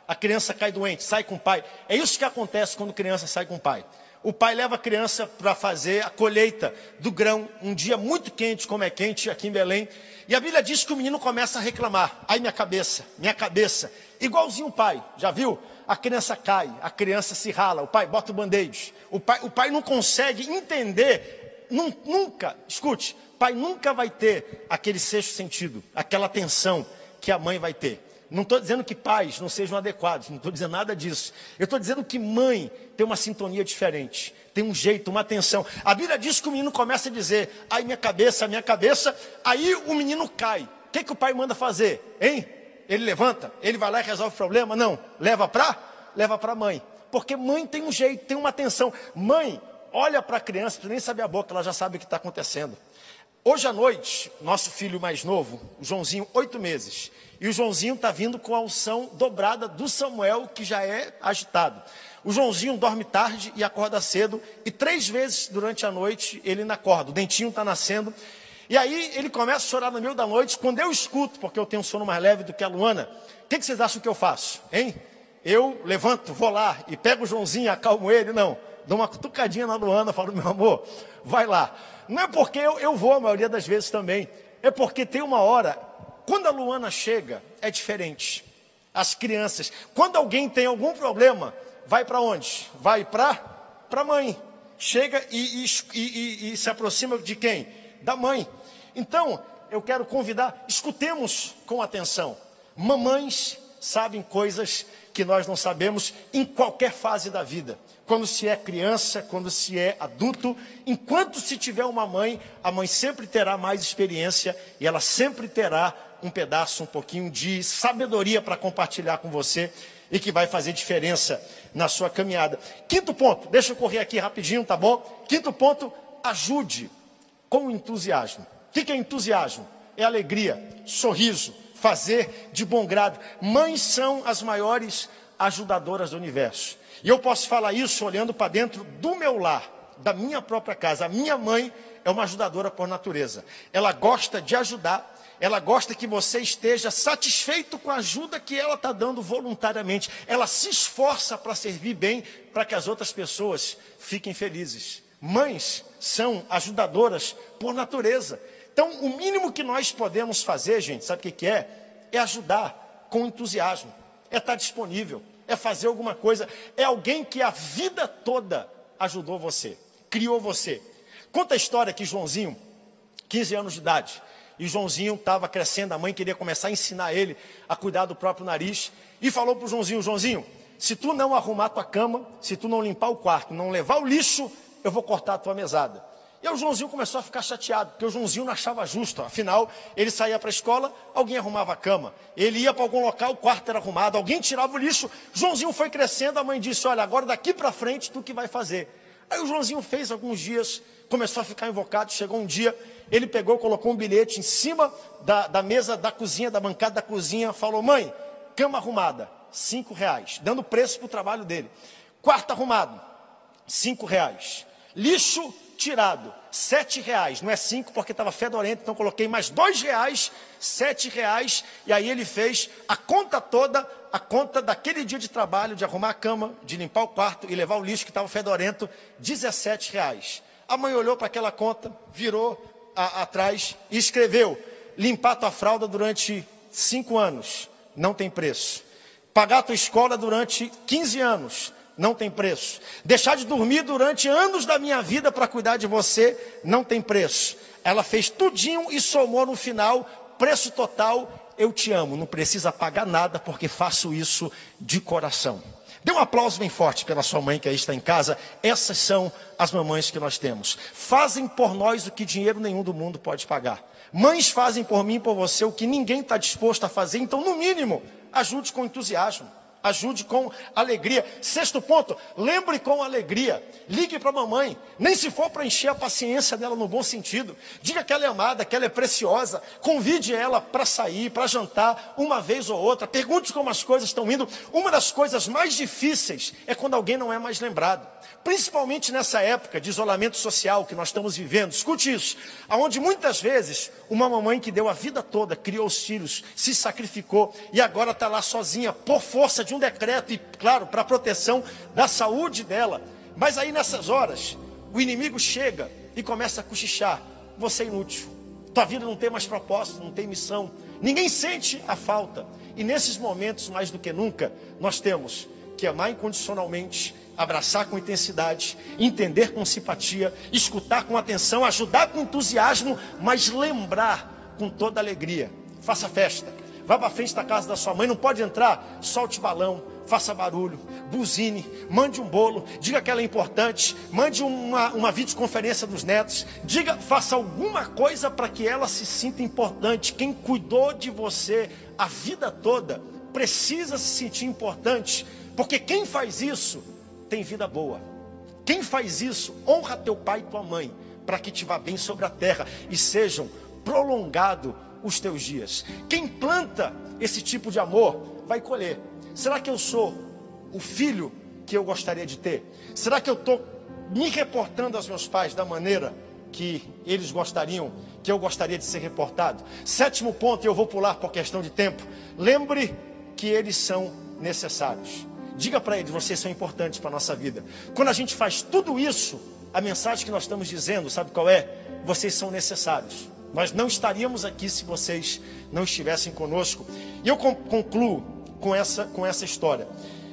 A criança cai doente, sai com o pai. É isso que acontece quando criança sai com o pai. O pai leva a criança para fazer a colheita do grão, um dia muito quente, como é quente aqui em Belém. E a Bíblia diz que o menino começa a reclamar. Ai, minha cabeça, minha cabeça. Igualzinho o pai, já viu? A criança cai, a criança se rala, o pai bota o band-aid. O pai, o pai não consegue entender, num, nunca, escute, pai nunca vai ter aquele sexto sentido, aquela atenção que a mãe vai ter. Não estou dizendo que pais não sejam adequados, não estou dizendo nada disso. Eu estou dizendo que mãe tem uma sintonia diferente, tem um jeito, uma atenção. A Bíblia diz que o menino começa a dizer, ai minha cabeça, minha cabeça, aí o menino cai. O que, que o pai manda fazer, hein? Ele levanta, ele vai lá e resolve o problema? Não, leva para? Leva para a mãe. Porque mãe tem um jeito, tem uma atenção. Mãe olha para a criança, tu nem sabe a boca, ela já sabe o que está acontecendo. Hoje à noite, nosso filho mais novo, o Joãozinho, oito meses. E o Joãozinho está vindo com a unção dobrada do Samuel, que já é agitado. O Joãozinho dorme tarde e acorda cedo. E três vezes durante a noite ele não acorda. O dentinho está nascendo. E aí ele começa a chorar no meio da noite. Quando eu escuto, porque eu tenho um sono mais leve do que a Luana, o que, que vocês acham que eu faço? Hein? Eu levanto, vou lá e pego o Joãozinho, acalmo ele? Não. Dou uma cutucadinha na Luana, falo, meu amor, vai lá. Não é porque eu, eu vou a maioria das vezes também. É porque tem uma hora, quando a Luana chega, é diferente. As crianças, quando alguém tem algum problema, vai para onde? Vai para a mãe. Chega e, e, e, e se aproxima de quem? Da mãe. Então, eu quero convidar, escutemos com atenção. Mamães sabem coisas que nós não sabemos em qualquer fase da vida. Quando se é criança, quando se é adulto, enquanto se tiver uma mãe, a mãe sempre terá mais experiência e ela sempre terá um pedaço, um pouquinho de sabedoria para compartilhar com você e que vai fazer diferença na sua caminhada. Quinto ponto, deixa eu correr aqui rapidinho, tá bom? Quinto ponto, ajude com entusiasmo. O que é entusiasmo? É alegria, sorriso, fazer de bom grado. Mães são as maiores ajudadoras do universo. E eu posso falar isso olhando para dentro do meu lar, da minha própria casa. A minha mãe é uma ajudadora por natureza. Ela gosta de ajudar, ela gosta que você esteja satisfeito com a ajuda que ela está dando voluntariamente. Ela se esforça para servir bem, para que as outras pessoas fiquem felizes. Mães são ajudadoras por natureza. Então, o mínimo que nós podemos fazer, gente, sabe o que, que é? É ajudar com entusiasmo. É estar disponível. É fazer alguma coisa, é alguém que a vida toda ajudou você, criou você. Conta a história que Joãozinho, quinze anos de idade, e Joãozinho estava crescendo, a mãe queria começar a ensinar ele a cuidar do próprio nariz, e falou para o Joãozinho, Joãozinho, se tu não arrumar tua cama, se tu não limpar o quarto, não levar o lixo, eu vou cortar a tua mesada. E aí o Joãozinho começou a ficar chateado, porque o Joãozinho não achava justo. Afinal, ele saía para a escola, alguém arrumava a cama. Ele ia para algum local, o quarto era arrumado, alguém tirava o lixo. Joãozinho foi crescendo, a mãe disse, olha, agora daqui para frente, tu que vai fazer. Aí o Joãozinho fez alguns dias, começou a ficar invocado, chegou um dia, ele pegou, colocou um bilhete em cima da, da mesa da cozinha, da bancada da cozinha, falou, mãe, cama arrumada, cinco reais, dando preço para o trabalho dele. Quarto arrumado, cinco reais. Lixo tirado, sete reais, não é cinco porque estava fedorento, então coloquei mais dois reais, sete reais, e aí ele fez a conta toda, a conta daquele dia de trabalho, de arrumar a cama, de limpar o quarto e levar o lixo que estava fedorento, dezessete reais. A mãe olhou para aquela conta, virou a, atrás e escreveu, limpar tua fralda durante cinco anos, não tem preço. Pagar tua escola durante quinze anos, não tem preço. Deixar de dormir durante anos da minha vida para cuidar de você, não tem preço. Ela fez tudinho e somou no final, preço total, eu te amo. Não precisa pagar nada porque faço isso de coração. Dê um aplauso bem forte pela sua mãe que aí está em casa. Essas são as mamães que nós temos. Fazem por nós o que dinheiro nenhum do mundo pode pagar. Mães fazem por mim e por você o que ninguém está disposto a fazer. Então, no mínimo, ajude com entusiasmo. Ajude com alegria. Sexto ponto, lembre com alegria. Ligue para a mamãe, nem se for para encher a paciência dela no bom sentido. Diga que ela é amada, que ela é preciosa. Convide ela para sair, para jantar, uma vez ou outra. Pergunte como as coisas estão indo. Uma das coisas mais difíceis é quando alguém não é mais lembrado. Principalmente nessa época de isolamento social que nós estamos vivendo. Escute isso, onde muitas vezes uma mamãe que deu a vida toda, criou os filhos, se sacrificou e agora está lá sozinha por força de um um decreto, e claro, para a proteção da saúde dela. Mas aí nessas horas, o inimigo chega e começa a cochichar: você é inútil, tua vida não tem mais propósito, não tem missão. Ninguém sente a falta. E nesses momentos, mais do que nunca, nós temos que amar incondicionalmente, abraçar com intensidade, entender com simpatia, escutar com atenção, ajudar com entusiasmo, mas lembrar com toda alegria. Faça festa, vá para frente da casa da sua mãe, não pode entrar, solte balão, faça barulho, buzine, mande um bolo, diga que ela é importante, mande uma, uma videoconferência dos netos, diga, faça alguma coisa para que ela se sinta importante. Quem cuidou de você a vida toda precisa se sentir importante, porque quem faz isso tem vida boa. Quem faz isso honra teu pai e tua mãe, para que te vá bem sobre a terra e sejam prolongados os teus dias. Quem planta esse tipo de amor vai colher. Será que eu sou o filho que eu gostaria de ter? Será que eu estou me reportando aos meus pais da maneira que eles gostariam, que eu gostaria de ser reportado? Sétimo ponto, e eu vou pular por questão de tempo: lembre que eles são necessários. Diga para eles: vocês são importantes para a nossa vida. Quando a gente faz tudo isso, a mensagem que nós estamos dizendo, sabe qual é? Vocês são necessários. Nós não estaríamos aqui se vocês não estivessem conosco. E eu concluo com essa, com essa história.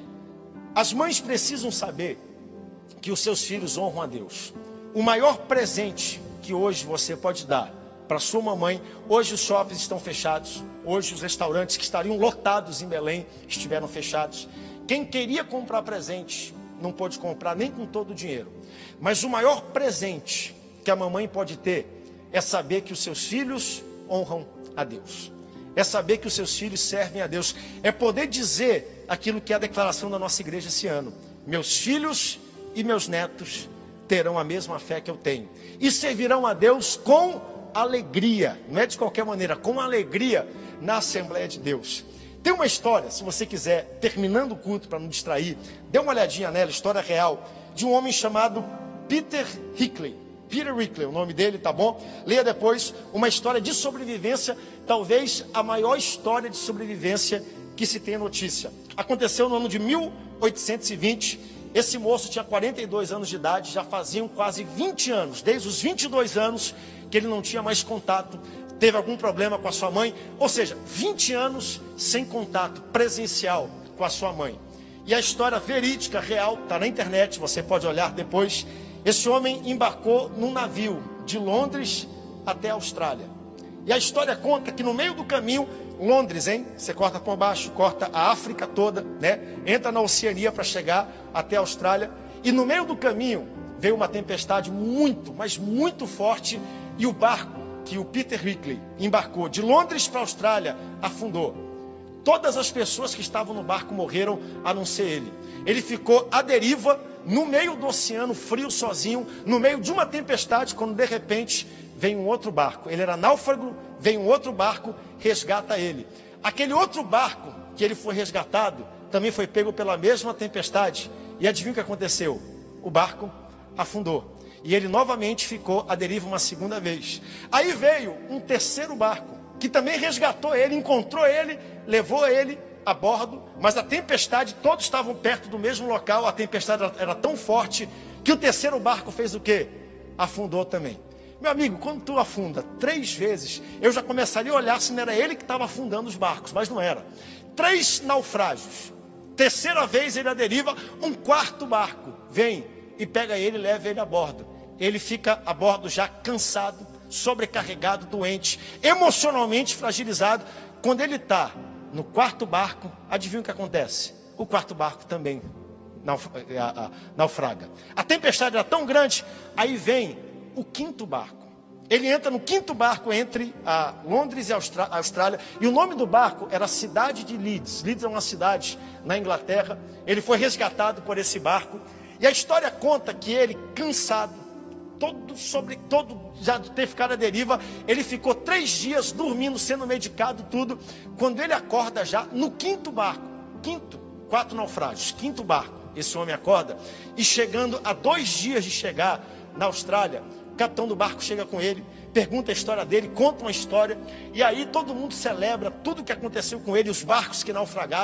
As mães precisam saber que os seus filhos honram a Deus. O maior presente que hoje você pode dar para sua mamãe, hoje os shoppings estão fechados, hoje os restaurantes que estariam lotados em Belém estiveram fechados. Quem queria comprar presente não pôde comprar nem com todo o dinheiro. Mas o maior presente que a mamãe pode ter é saber que os seus filhos honram a Deus. É saber que os seus filhos servem a Deus. É poder dizer aquilo que é a declaração da nossa igreja esse ano: meus filhos e meus netos terão a mesma fé que eu tenho e servirão a Deus com alegria. Não é de qualquer maneira, com alegria na Assembleia de Deus. Tem uma história, se você quiser, terminando o culto para não distrair, dê uma olhadinha nela, história real, de um homem chamado Peter Hickley. Peter Hickley, o nome dele, tá bom? Leia depois, uma história de sobrevivência, talvez a maior história de sobrevivência que se tem notícia. Aconteceu no ano de mil oitocentos e vinte, esse moço tinha quarenta e dois anos de idade, já faziam quase vinte anos, desde os vinte e dois anos, que ele não tinha mais contato, teve algum problema com a sua mãe, ou seja, vinte anos sem contato presencial com a sua mãe. E a história verídica, real, está na internet, você pode olhar depois. Esse homem embarcou num navio de Londres até a Austrália. E a história conta que no meio do caminho, Londres, hein? Você corta por baixo, corta a África toda, né? Entra na Oceania para chegar até a Austrália. E no meio do caminho veio uma tempestade muito, mas muito forte. E o barco que o Peter Hickley embarcou de Londres para a Austrália afundou. Todas as pessoas que estavam no barco morreram, a não ser ele. Ele ficou à deriva, no meio do oceano, frio, sozinho, no meio de uma tempestade, quando de repente vem um outro barco. Ele era náufrago, vem um outro barco, resgata ele. Aquele outro barco que ele foi resgatado, também foi pego pela mesma tempestade. E adivinha o que aconteceu? O barco afundou. E ele novamente ficou à deriva uma segunda vez. Aí veio um terceiro barco, que também resgatou ele, encontrou ele, levou ele a bordo, mas a tempestade, todos estavam perto do mesmo local, a tempestade era tão forte, que o terceiro barco fez o quê? Afundou também. Meu amigo, quando tu afunda três vezes, eu já começaria a olhar se não era ele que estava afundando os barcos, mas não era. Três naufrágios, terceira vez ele à deriva, um quarto barco vem e pega ele e leva ele a bordo. Ele fica a bordo já cansado, sobrecarregado, doente, emocionalmente fragilizado. Quando ele está no quarto barco, adivinha o que acontece? O quarto barco também naufraga. A tempestade era tão grande, aí vem o quinto barco. Ele entra no quinto barco entre a Londres e a Austrália, e o nome do barco era a cidade de Leeds. Leeds é uma cidade na Inglaterra. Ele foi resgatado por esse barco, e a história conta que ele, cansado, todo sobre todo já ter ficado à deriva, ele ficou três dias dormindo, sendo medicado, tudo. Quando ele acorda já no quinto barco, quinto, quatro naufrágios, quinto barco, esse homem acorda, e chegando a dois dias de chegar na Austrália, o capitão do barco chega com ele, pergunta a história dele, conta uma história, e aí todo mundo celebra tudo o que aconteceu com ele, os barcos que naufragaram.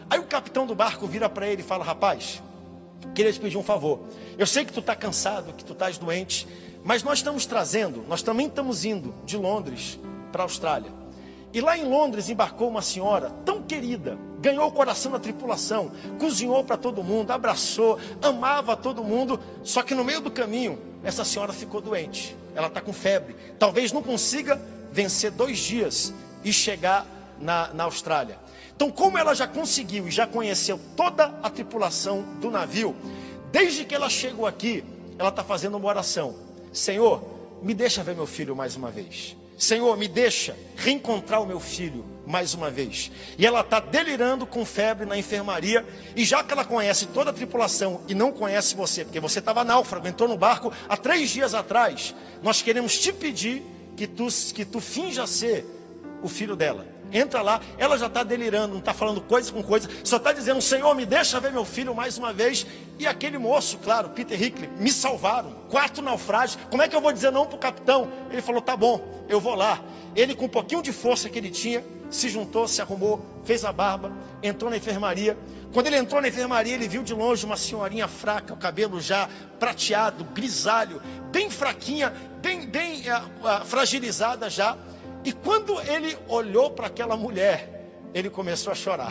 Aí o capitão do barco vira para ele e fala: rapaz, queria te pedir um favor. Eu sei que tu está cansado, que tu estás doente, mas nós estamos trazendo, nós também estamos indo de Londres para a Austrália. E lá em Londres embarcou uma senhora tão querida, ganhou o coração da tripulação, cozinhou para todo mundo, abraçou, amava todo mundo. Só que no meio do caminho, essa senhora ficou doente. Ela está com febre. Talvez não consiga vencer dois dias e chegar na, na Austrália. Então, como ela já conseguiu e já conheceu toda a tripulação do navio, desde que ela chegou aqui, ela está fazendo uma oração: Senhor, me deixa ver meu filho mais uma vez. Senhor, me deixa reencontrar o meu filho mais uma vez. E ela está delirando com febre na enfermaria. E já que ela conhece toda a tripulação e não conhece você, porque você estava náufrago, entrou no barco há três dias atrás, nós queremos te pedir que tu, que tu finja ser o filho dela. Entra lá, ela já está delirando, não está falando coisa com coisa, só está dizendo: Senhor, me deixa ver meu filho mais uma vez. E aquele moço, claro, Peter Hickley, me salvaram, quatro naufrágios, como é que eu vou dizer não para o capitão? Ele falou: tá bom, eu vou lá. Ele, com um pouquinho de força que ele tinha, se juntou, se arrumou, fez a barba, entrou na enfermaria. Quando ele entrou na enfermaria, ele viu de longe uma senhorinha fraca, o cabelo já prateado, grisalho, bem fraquinha, bem, bem uh, uh, fragilizada já. E quando ele olhou para aquela mulher, ele começou a chorar.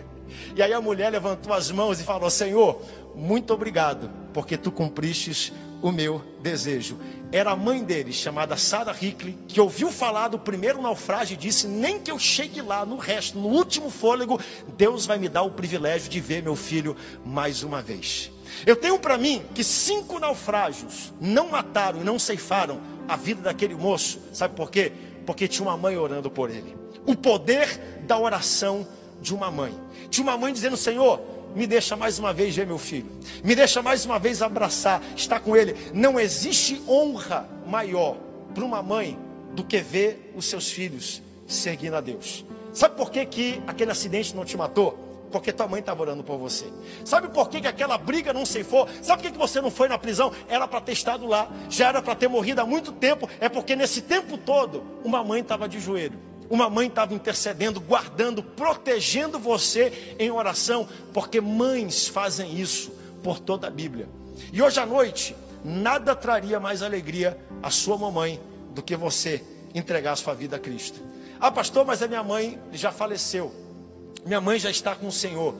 E aí a mulher levantou as mãos e falou: Senhor, muito obrigado, porque tu cumpristes o meu desejo. Era a mãe dele, chamada Sarah Hickley, que ouviu falar do primeiro naufrágio e disse: nem que eu chegue lá no resto, no último fôlego, Deus vai me dar o privilégio de ver meu filho mais uma vez. Eu tenho para mim que cinco naufrágios não mataram e não ceifaram a vida daquele moço. Sabe por quê? Porque tinha uma mãe orando por ele. O poder da oração de uma mãe. Tinha uma mãe dizendo: Senhor, me deixa mais uma vez ver meu filho. Me deixa mais uma vez abraçar, estar com ele. Não existe honra maior para uma mãe do que ver os seus filhos seguindo a Deus. Sabe por que que aquele acidente não te matou? Porque tua mãe estava orando por você. Sabe por que que aquela briga não ceifou? Sabe por que que você não foi na prisão? Era para ter estado lá. Já era para ter morrido há muito tempo. É porque nesse tempo todo, uma mãe estava de joelho. Uma mãe estava intercedendo, guardando, protegendo você em oração. Porque mães fazem isso por toda a Bíblia. E hoje à noite, nada traria mais alegria à sua mamãe do que você entregar a sua vida a Cristo. Ah, pastor, mas a minha mãe já faleceu. Minha mãe já está com o Senhor.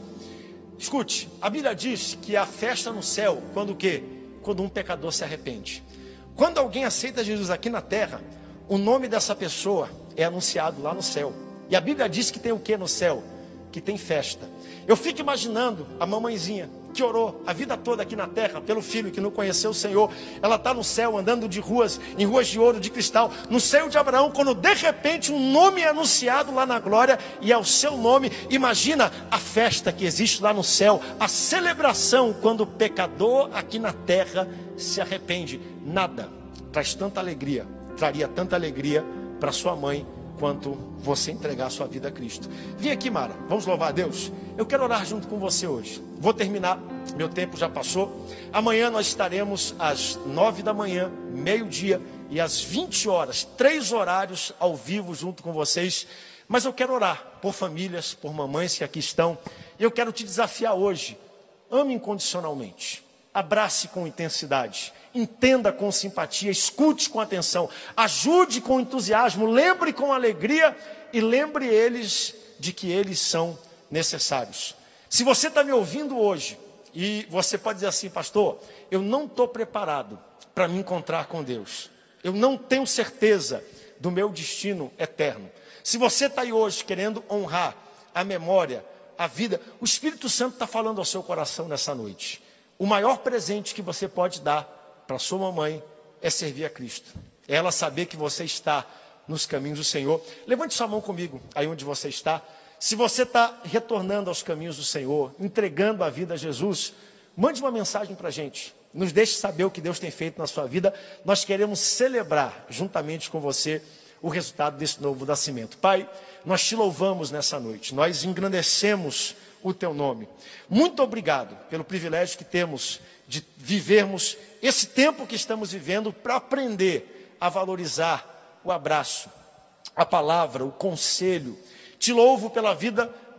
Escute, a Bíblia diz que há festa no céu, quando o quê? Quando um pecador se arrepende. Quando alguém aceita Jesus aqui na terra, o nome dessa pessoa é anunciado lá no céu. E a Bíblia diz que tem o que no céu? Que tem festa. Eu fico imaginando a mamãezinha que orou a vida toda aqui na terra pelo filho que não conheceu o Senhor. Ela está no céu, andando de ruas, em ruas de ouro, de cristal, no seio de Abraão, quando de repente um nome é anunciado lá na glória, e é o seu nome. Imagina a festa que existe lá no céu, a celebração quando o pecador aqui na terra se arrepende. Nada traz tanta alegria, traria tanta alegria para sua mãe, quanto você entregar a sua vida a Cristo. Vem aqui, Mara, vamos louvar a Deus. Eu quero orar junto com você hoje. Vou terminar, meu tempo já passou. Amanhã nós estaremos às nove da manhã, meio-dia e às vinte horas, três horários ao vivo junto com vocês. Mas eu quero orar por famílias, por mamães que aqui estão. E eu quero te desafiar hoje: ame incondicionalmente, abrace com intensidade, entenda com simpatia, escute com atenção, ajude com entusiasmo, lembre com alegria e lembre eles de que eles são necessários. Se você está me ouvindo hoje e você pode dizer assim: pastor, eu não estou preparado para me encontrar com Deus, eu não tenho certeza do meu destino eterno. Se você está aí hoje querendo honrar a memória, a vida, o Espírito Santo está falando ao seu coração nessa noite. O maior presente que você pode dar para sua mamãe é servir a Cristo. É ela saber que você está nos caminhos do Senhor. Levante sua mão comigo, aí onde você está. Se você está retornando aos caminhos do Senhor, entregando a vida a Jesus, mande uma mensagem para a gente. Nos deixe saber o que Deus tem feito na sua vida. Nós queremos celebrar juntamente com você o resultado desse novo nascimento. Pai, nós te louvamos nessa noite. Nós engrandecemos o teu nome. Muito obrigado pelo privilégio que temos de vivermos esse tempo que estamos vivendo para aprender a valorizar o abraço, a palavra, o conselho. Te louvo pela vida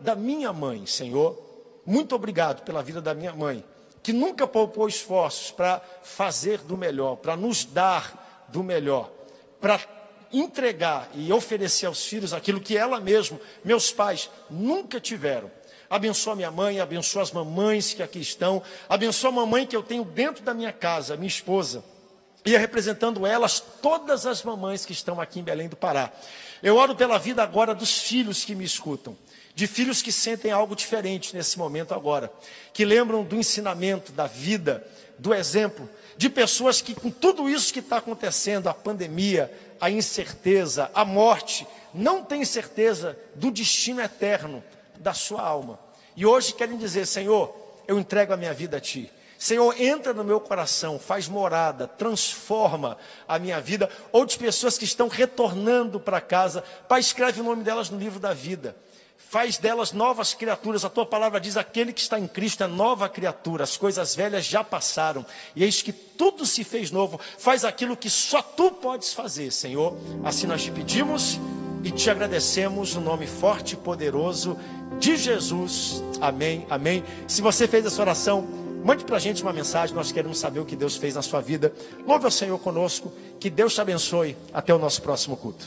da minha mãe, Senhor. Muito obrigado pela vida da minha mãe, que nunca poupou esforços para fazer do melhor, para nos dar do melhor, para entregar e oferecer aos filhos aquilo que ela mesma, meus pais, nunca tiveram. Abençoa minha mãe, abençoa as mamães que aqui estão, abençoa a mamãe que eu tenho dentro da minha casa, minha esposa, e representando elas, todas as mamães que estão aqui em Belém do Pará. Eu oro pela vida agora dos filhos que me escutam, de filhos que sentem algo diferente nesse momento agora, que lembram do ensinamento, da vida, do exemplo, de pessoas que com tudo isso que está acontecendo, a pandemia, a incerteza, a morte, não têm certeza do destino eterno da sua alma. E hoje querem dizer, Senhor, eu entrego a minha vida a Ti. Senhor, entra no meu coração, faz morada, transforma a minha vida. Ou de pessoas que estão retornando para casa, Pai, escreve o nome delas no livro da vida. Faz delas novas criaturas. A Tua palavra diz, aquele que está em Cristo é nova criatura. As coisas velhas já passaram. E eis que tudo se fez novo. Faz aquilo que só Tu podes fazer, Senhor. Assim nós Te pedimos e Te agradecemos no nome forte e poderoso de Jesus. Amém, amém. Se você fez essa oração, mande para a gente uma mensagem. Nós queremos saber o que Deus fez na sua vida. Louve ao Senhor conosco. Que Deus te abençoe. Até o nosso próximo culto.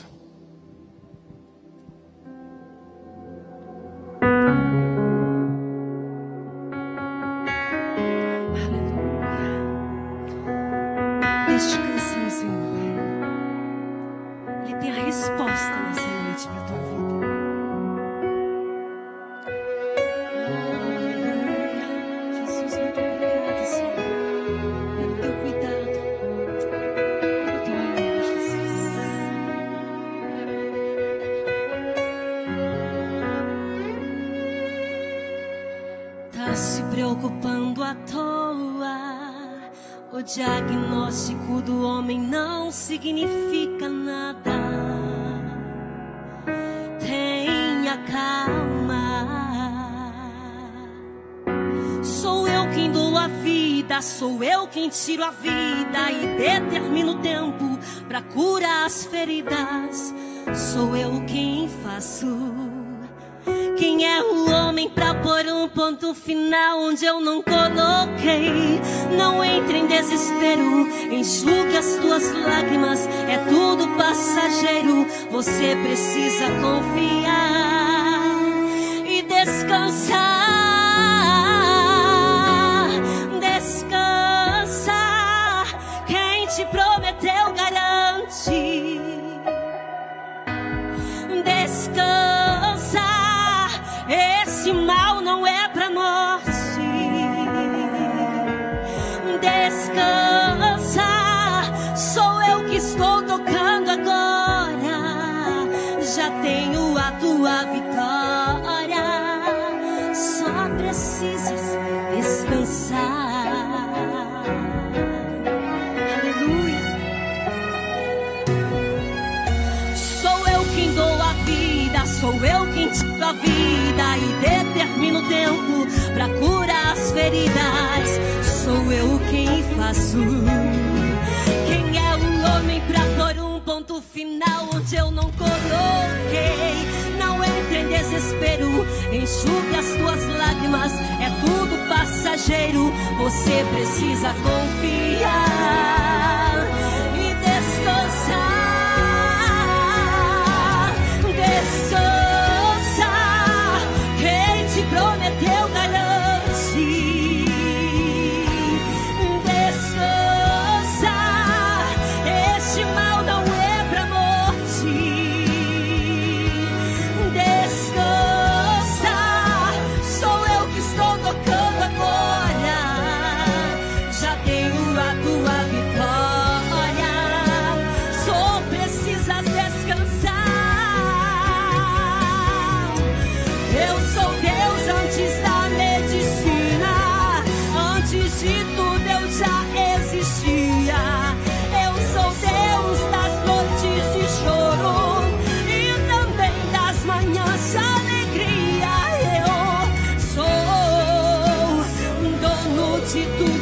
Descansa, Senhor. Ele tem a resposta nessa noite para a tua vida. Aleluia. Jesus, muito obrigada, Senhor, pelo teu cuidado, pelo teu amor, Jesus. Tá se preocupando à toa. O diagnóstico do homem não significa nada. Tenha calma. Sou eu quem dou a vida, sou eu quem tiro a vida e determino o tempo para curar as feridas. Sou eu quem faço. Quem é o homem pra pôr um ponto final onde eu não coloquei? Não entre em desespero, enxugue as tuas lágrimas, é tudo passageiro. Você precisa confiar e descansar. Descansa, quem te prometeu garante. Descansa, esse mal não é pra morte. Descansa, sou eu que estou tocando agora. Já tenho a tua vitória. Só precisas descansar. Aleluia. Sou eu quem dou a vida, sou eu quem te dou a vida e determino o tempo pra curar as feridas. Sou eu quem faço. Quem é o homem pra pôr um ponto final onde eu não coloquei? Não entre em desespero, enxugue as tuas lágrimas, é tudo passageiro. Você precisa confiar e descansar. Descansa, quem te prometeu garante. Descansa, este mal não é pra morte. Descansa, sou eu que estou tocando agora. Já tenho a tua vitória. Só precisas descansar. Eu sou Deus antes da medicina, antes de tudo eu já existia. Eu sou Deus das noites de choro e também das manhãs de alegria. Eu sou dono de tudo.